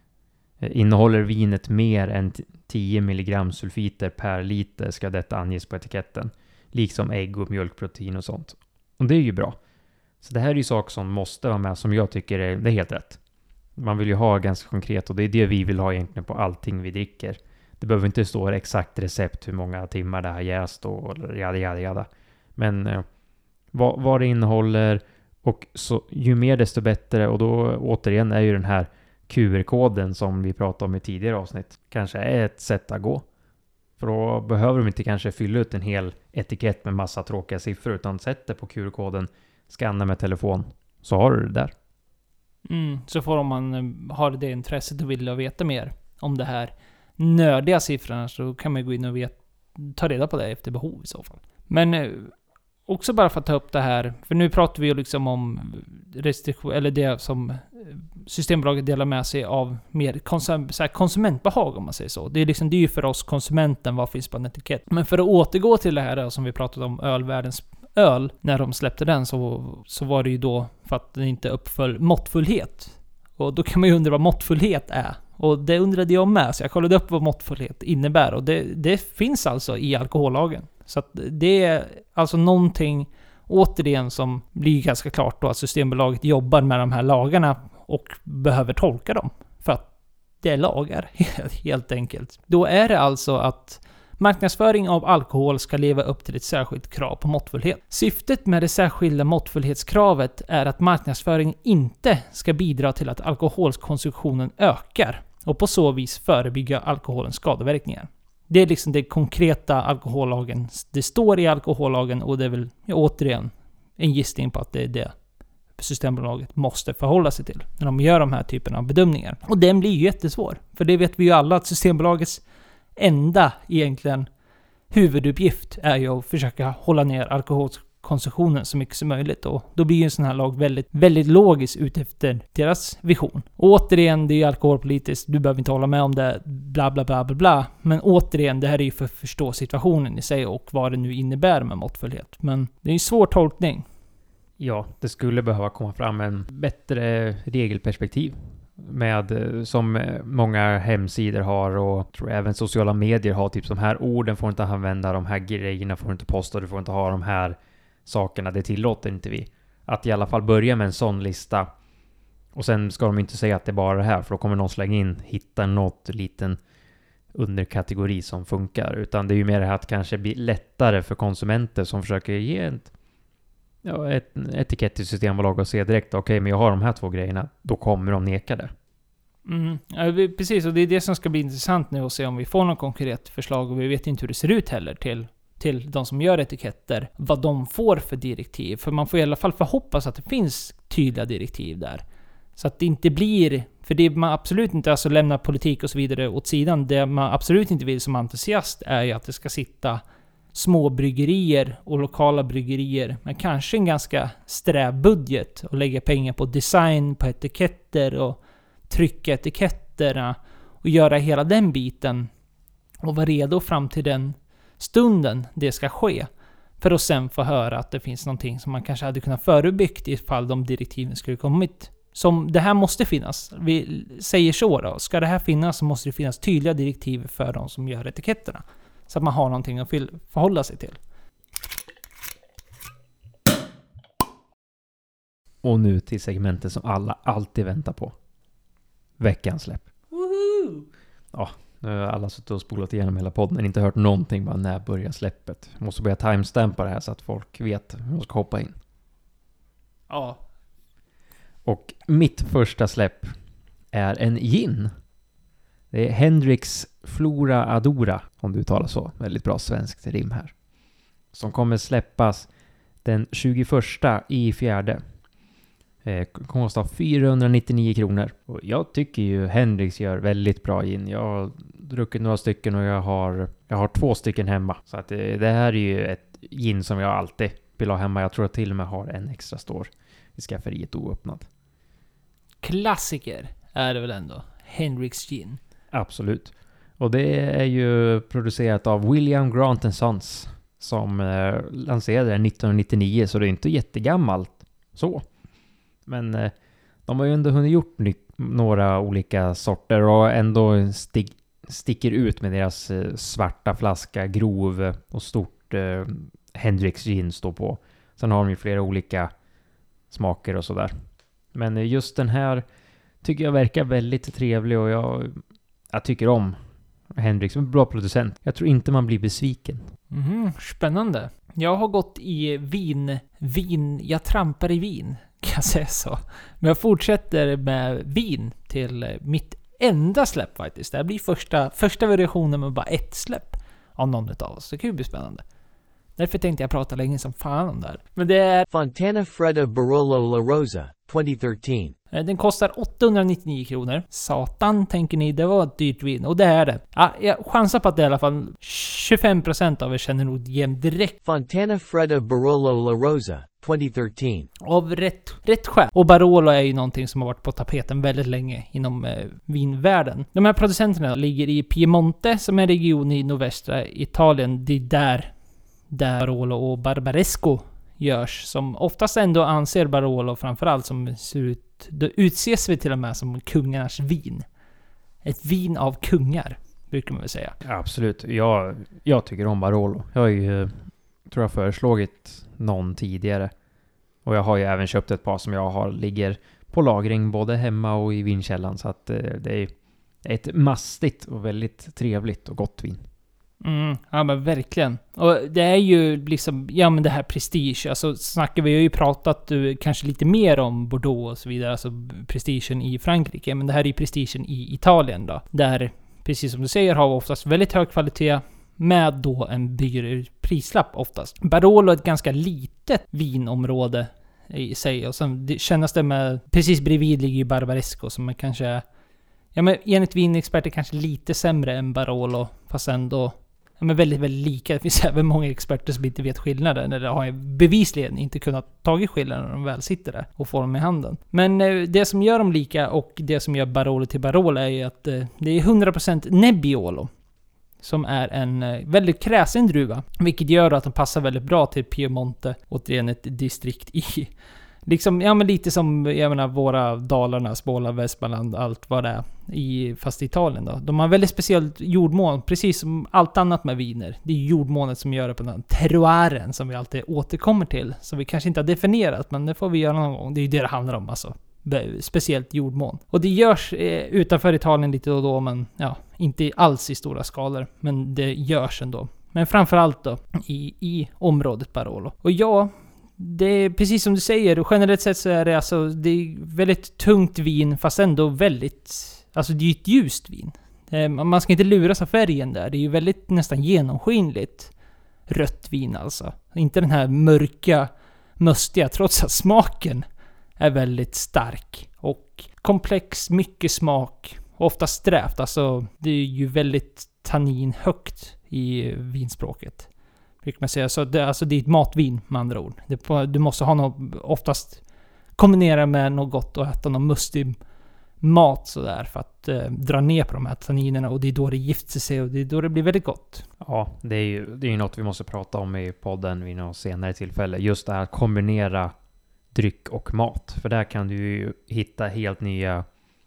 eh, innehåller vinet mer än tio milligram sulfiter per liter, ska detta anges på etiketten. Liksom ägg och mjölkprotein och sånt. Och det är ju bra. Så det här är ju saker som måste vara med, som jag tycker är, det är helt rätt. Man vill ju ha ganska konkret, och det är det vi vill ha egentligen på allting vi dricker. Det behöver inte stå exakt recept hur många timmar det har jäst och jada jada jada. Men eh, vad, vad det innehåller, och så, ju mer desto bättre. Och då återigen är ju den här Q R-koden som vi pratade om i tidigare avsnitt kanske är ett sätt att gå. För då behöver de inte kanske fylla ut en hel etikett med massa tråkiga siffror, utan sätt det på Q R-koden, skanna med telefon, så har du det där. Mm, så får man ha det intresset och vill veta mer om det här nördiga siffrorna, så kan man gå in och vet, ta reda på det efter behov i så fall. Men eh, också bara för att ta upp det här, för nu pratar vi ju liksom om restriktion, eller det som Systembolaget delar med sig av mer konsum, så här konsumentbehag, om man säger så. Det är liksom, det är ju för oss konsumenten, vad finns på en etikett. Men för att återgå till det här som vi pratade om, ölvärldens öl, när de släppte den, så, så var det ju då för att den inte uppföll måttfullhet. Och då kan man ju undra vad måttfullhet är. Och det undrade jag med, så jag kollade upp vad måttfullhet innebär. Och det, det finns alltså i alkohollagen. Så att det är alltså någonting, återigen, som blir ganska klart då, att Systembolaget jobbar med de här lagarna och behöver tolka dem. För att det är lagar, helt enkelt. Då är det alltså att Marknadsföring av alkohol ska leva upp till ett särskilt krav på måttfullhet. Syftet med det särskilda måttfullhetskravet är att marknadsföring inte ska bidra till att alkoholkonsumtionen ökar och på så vis förebygga alkoholens skadeverkningar. Det är liksom det konkreta alkohollagen. Det står i alkohollagen och det är väl ja, återigen en gissning på att det är det Systembolaget måste förhålla sig till när de gör de här typerna av bedömningar. Och den blir ju jättesvår. För det vet vi ju alla att Systembolagets enda egentligen huvuduppgift är ju att försöka hålla ner alkoholkonsumtionen så mycket som möjligt. Och då blir ju en sån här lag väldigt, väldigt logisk utefter deras vision. Och återigen, det är ju alkoholpolitiskt. Du behöver inte hålla med om det. Bla bla bla bla bla. Men återigen, det här är ju för att förstå situationen i sig och vad det nu innebär med måttfullhet. Men det är en svår tolkning. Ja, det skulle behöva komma fram en bättre regelperspektiv med som många hemsidor har och tror även sociala medier har typ de här orden får inte använda, de här grejerna får inte posta, du får inte ha de här sakerna, det tillåter inte vi. Att i alla fall börja med en sån lista och sen ska de inte säga att det är bara det här för då kommer någon slänga in, hitta något liten underkategori som funkar, utan det är ju mer det här att kanske bli lättare för konsumenter som försöker ge ett Ja, ett etikett till Systembolag och se direkt, okej, okay, men jag har de här två grejerna, då kommer de neka det. Mm. Ja, precis, och det är det som ska bli intressant nu att se om vi får något konkret förslag och vi vet inte hur det ser ut heller till, till de som gör etiketter, vad de får för direktiv. För man får i alla fall förhoppas att det finns tydliga direktiv där. Så att det inte blir, för det man absolut inte, alltså lämna politik och så vidare åt sidan, det man absolut inte vill som entusiast är ju att det ska sitta små bryggerier och lokala bryggerier med kanske en ganska sträv budget och lägga pengar på design, på etiketter och trycka etiketterna och göra hela den biten och vara redo fram till den stunden det ska ske för att sen få höra att det finns någonting som man kanske hade kunnat förebyggt ifall de direktiven skulle kommit. Som det här måste finnas. Vi säger så då. Ska det här finnas så måste det finnas tydliga direktiv för de som gör etiketterna. Så att man har någonting att förhålla sig till. Och nu till segmentet som alla alltid väntar på. Veckans släpp. Woohoo! Ja, nu har alla suttit och spolat igenom hela podden. Inte hört någonting, bara när börjar släppet. Jag måste börja timestampa det här så att folk vet hur de ska hoppa in. Ja. Och mitt första släpp är en gin. Det är Hendrix Flora Adora, om du talar så. Väldigt bra svenskt rim här. Som kommer släppas den tjugoförsta i fjärde. Eh, kommer att kosta fyrahundranittionio kronor. Och jag tycker ju Hendrix gör väldigt bra gin. Jag har druckit några stycken och jag har, jag har två stycken hemma. Så att det, det här är ju ett gin som jag alltid vill ha hemma. Jag tror att till och med har en extra står i skafferiet oöppnad. Klassiker är det väl ändå. Hendrix gin. Absolut. Och det är ju producerat av William Grant and Sons som eh, lanserade det nittonhundranittionio, så det är inte jättegammalt så. Men eh, de har ju ändå hunnit gjort nytt, några olika sorter och ändå stick, sticker ut med deras eh, svarta flaska, grov och stort eh, Hendrix gin står på. Sen har de ju flera olika smaker och sådär. Men eh, just den här tycker jag verkar väldigt trevlig och jag, jag tycker om Hendrix som en bra producent. Jag tror inte man blir besviken. Mm, spännande. Jag har gått i vin, vin, jag trampar i vin, kan jag säga så. Men jag fortsätter med vin till mitt enda släpp faktiskt. Det här blir första, första versionen med bara ett släpp av någon av oss. Det kan ju bli spännande. Därför tänkte jag prata länge som fan om det här. Men det är Fontana Fredda Barolo La Rosa, tjugo tretton. Den kostar åttahundranittionio kronor. Satan, tänker ni, det var ett dyrt vin. Och det är det. Ja, jag chansar på att det i alla fall tjugofem procent av er känner nog igen direkt. Fontana Fredda Barolo La Rosa, tjugo tretton. Av rätt, rätt skäl. Och Barolo är ju någonting som har varit på tapeten väldigt länge inom eh, vinvärlden. De här producenterna ligger i Piemonte, som är en region i nordvästra Italien. Det är där, där Barolo och Barbaresco görs, som oftast ändå anser Barolo framförallt som ser ut, då utses vi till och med som kungarnas vin. Ett vin av kungar, brukar man väl säga. Ja, absolut. Jag, jag tycker om Barolo. Jag har ju, tror jag, föreslagit någon tidigare. Och jag har ju även köpt ett par som jag har ligger på lagring både hemma och i vinkällan. Så att det är ett mastigt och väldigt trevligt och gott vin. Mm, ja men verkligen. Och det är ju liksom, ja men det här prestige, alltså snackar vi har ju pratat uh, kanske lite mer om Bordeaux och så vidare, alltså prestigen i Frankrike, men det här är ju prestigen i Italien då, där precis som du säger har vi oftast väldigt hög kvalitet med då en dyrare prislapp oftast. Barolo är ett ganska litet vinområde i sig, och sen det, känns det med, precis bredvid ligger ju Barbaresco som är kanske, ja men enligt vinexperter kanske lite sämre än Barolo, fast ändå ja, men väldigt, väldigt lika. Det finns även många experter som inte vet skillnaden, eller har bevisligen inte kunnat tagit skillnaden när de väl sitter där och får dem i handen. Men eh, det som gör dem lika och det som gör Barolo till Barolo är ju att eh, det är hundra procent Nebbiolo, som är en eh, väldigt kräsen druva, vilket gör att den passar väldigt bra till Piemonte, återigen ett distrikt i liksom, ja men lite som, jag menar, våra Dalarna, Småland, Västmanland, allt vad det är, i, fast i Italien då. De har väldigt speciellt jordmån, precis som allt annat med viner. Det är jordmånet som gör det på den terroiren som vi alltid återkommer till, som vi kanske inte har definierat, men det får vi göra någon gång. Det är ju det det handlar om, alltså. Speciellt jordmån. Och det görs eh, utanför Italien lite då och då, men ja, inte alls i stora skalor, men det görs ändå. Men framförallt då i, i området Barolo. Och ja, det är precis som du säger, generellt sett så är det alltså, det är väldigt tungt vin, fast ändå väldigt, alltså det är ju ett ljust vin. Man ska inte luras av färgen där, det är ju väldigt nästan genomskinligt rött vin alltså. Inte den här mörka, mustiga, trots att smaken är väldigt stark och komplex, mycket smak, ofta strävt, alltså det är ju väldigt tannin högt i vinspråket. Man säga. Så det, alltså det är ett matvin med andra ord. Det, du måste ha något, oftast kombinera med något gott och äta någon mustig mat sådär för att eh, dra ner på de här tanninerna, och det är då det gifter sig och det är då det blir väldigt gott. Ja, det är ju, det är ju något vi måste prata om i podden vid något senare tillfälle. Just det här att kombinera dryck och mat. För där kan du ju hitta helt nya,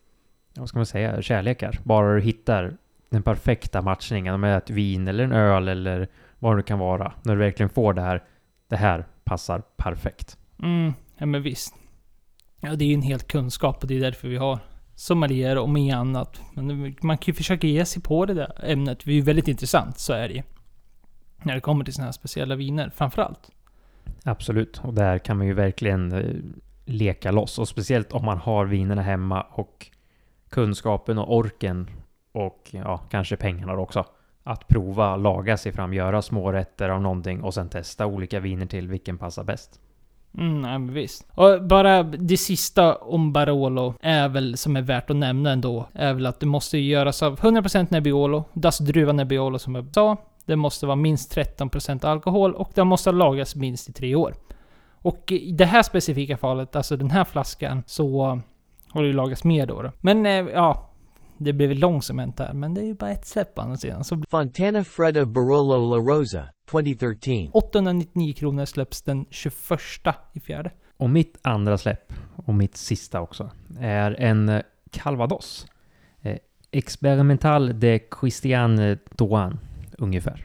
vad ska man säga, kärlekar. Bara du hittar den perfekta matchningen med ett vin eller en öl eller vad det kan vara. När du verkligen får det här, det här passar perfekt. Mm, ja men visst. Ja, det är ju en helt kunskap och det är därför vi har sommelier och med annat. Men man kan ju försöka ge sig på det där ämnet. Det är ju väldigt intressant, så är det ju. När det kommer till såna här speciella viner, framförallt. Absolut, och där kan man ju verkligen eh, leka loss. Och speciellt om man har vinerna hemma och kunskapen och orken och ja, kanske pengarna också. Att prova, laga sig fram, göra små rätter av någonting och sen testa olika viner till vilken passar bäst. Mm, ja, visst. Och bara det sista om Barolo är väl, som är värt att nämna ändå, är väl att det måste göras av hundra procent Nebbiolo, Das druva Nebbiolo som jag sa. Det måste vara minst tretton procent alkohol och det måste lagas minst i tre år. Och i det här specifika fallet, alltså den här flaskan, så har det ju lagats mer då. Men ja, det blev långsamt här, men det är ju bara ett släpp på andra sidan. Så Fontana Fredda Barolo La Rosa, tjugo tretton. åttahundranittionio kronor släpps den tjugoförsta i fjärde. Och mitt andra släpp, och mitt sista också, är en Calvados. Eh, Experimental de Christian Drouin, ungefär.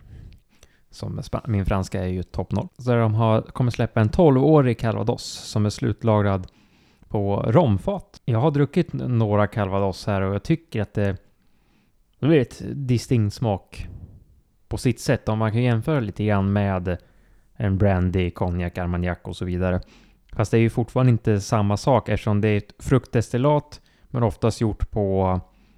Som min franska är ju topp noll. Så de har, kommer släppa en tolvårig Calvados som är slutlagrad på romfat. Jag har druckit några Calvados här och jag tycker att det, det är ett distinkt smak på sitt sätt. Om man kan jämföra lite grann med en brandy, konjak, armagnac och så vidare. Fast det är ju fortfarande inte samma sak eftersom det är ett fruktdestillat men oftast gjort på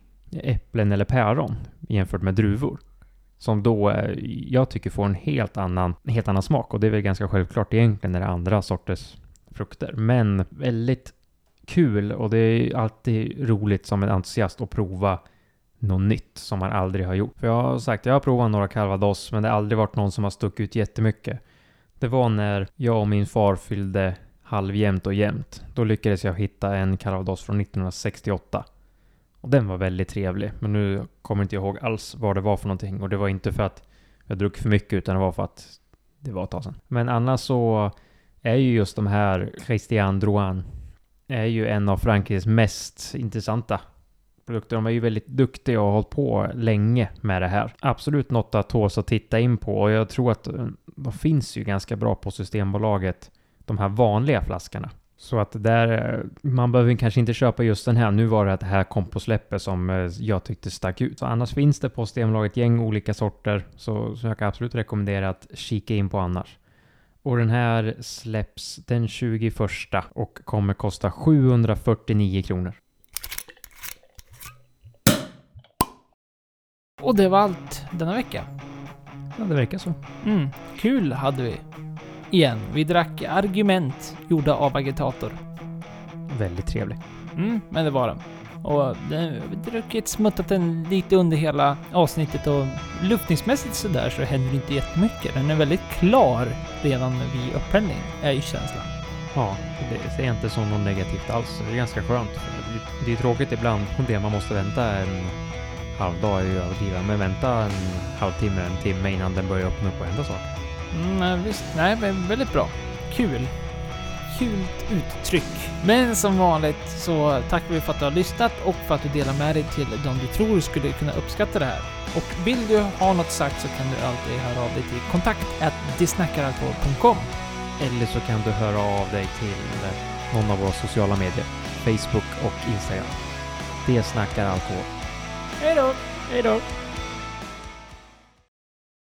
äpplen eller päron jämfört med druvor. Som då jag tycker får en helt annan, en helt annan smak. Och det är väl ganska självklart egentligen när det är andra sorters frukter. Men väldigt kul och det är alltid roligt som en entusiast att prova något nytt som man aldrig har gjort. För jag har sagt, jag har provat några Calvados men det har aldrig varit någon som har stuckit ut jättemycket. Det var när jag och min far fyllde halvjämnt och jämnt. Då lyckades jag hitta en Calvados från nittonhundrasextioåtta. Och den var väldigt trevlig. Men nu kommer inte jag ihåg alls vad det var för någonting. Och det var inte för att jag druckit för mycket utan det var för att det var ett tag sedan. Men annars så är ju just de här Christian Drouin är ju en av Frankrikes mest intressanta produkter. De är ju väldigt duktiga och har hållit på länge med det här. Absolut något att tåls att titta in på. Och jag tror att de finns ju ganska bra på Systembolaget. De här vanliga flaskorna. Så att där, man behöver kanske inte köpa just den här. Nu var det att det här kom på släppet som eh, jag tyckte stack ut. Så annars finns det på Systembolaget ett gäng olika sorter. Så, så jag kan absolut rekommendera att kika in på annars. Och den här släpps den tjugoförsta och kommer kosta sjuhundrafyrtionio kronor. Och det var allt denna vecka. Ja, det verkar så. Mm, kul hade vi. Igen, vi drack argument gjorda av agitator. Väldigt trevlig. Mm, men det var den. Och den, vi druckit smuttat den lite under hela avsnittet och luftningsmässigt sådär så händer det inte jättemycket. Den är väldigt klar redan vid upphällning, är ju känslan. Ja, det ser jag inte som något negativt alls. Det är ganska skönt. Det, det är tråkigt ibland på det man måste vänta en halv dag är ju överdrivet. Men vänta en halvtimme, en timme innan den börjar öppna upp och hända saker. Mm, visst. Nej, men väldigt bra. Kul. Kul uttryck. Men som vanligt så tackar vi för att du har lyssnat och för att du delar med dig till de du tror skulle kunna uppskatta det här. Och vill du ha något sagt så kan du alltid höra av dig till kontakt at disnackaralkohol punkt com. Eller så kan du höra av dig till någon av våra sociala medier. Facebook och Instagram. Det snackar alkohol. Hej då! Hej då!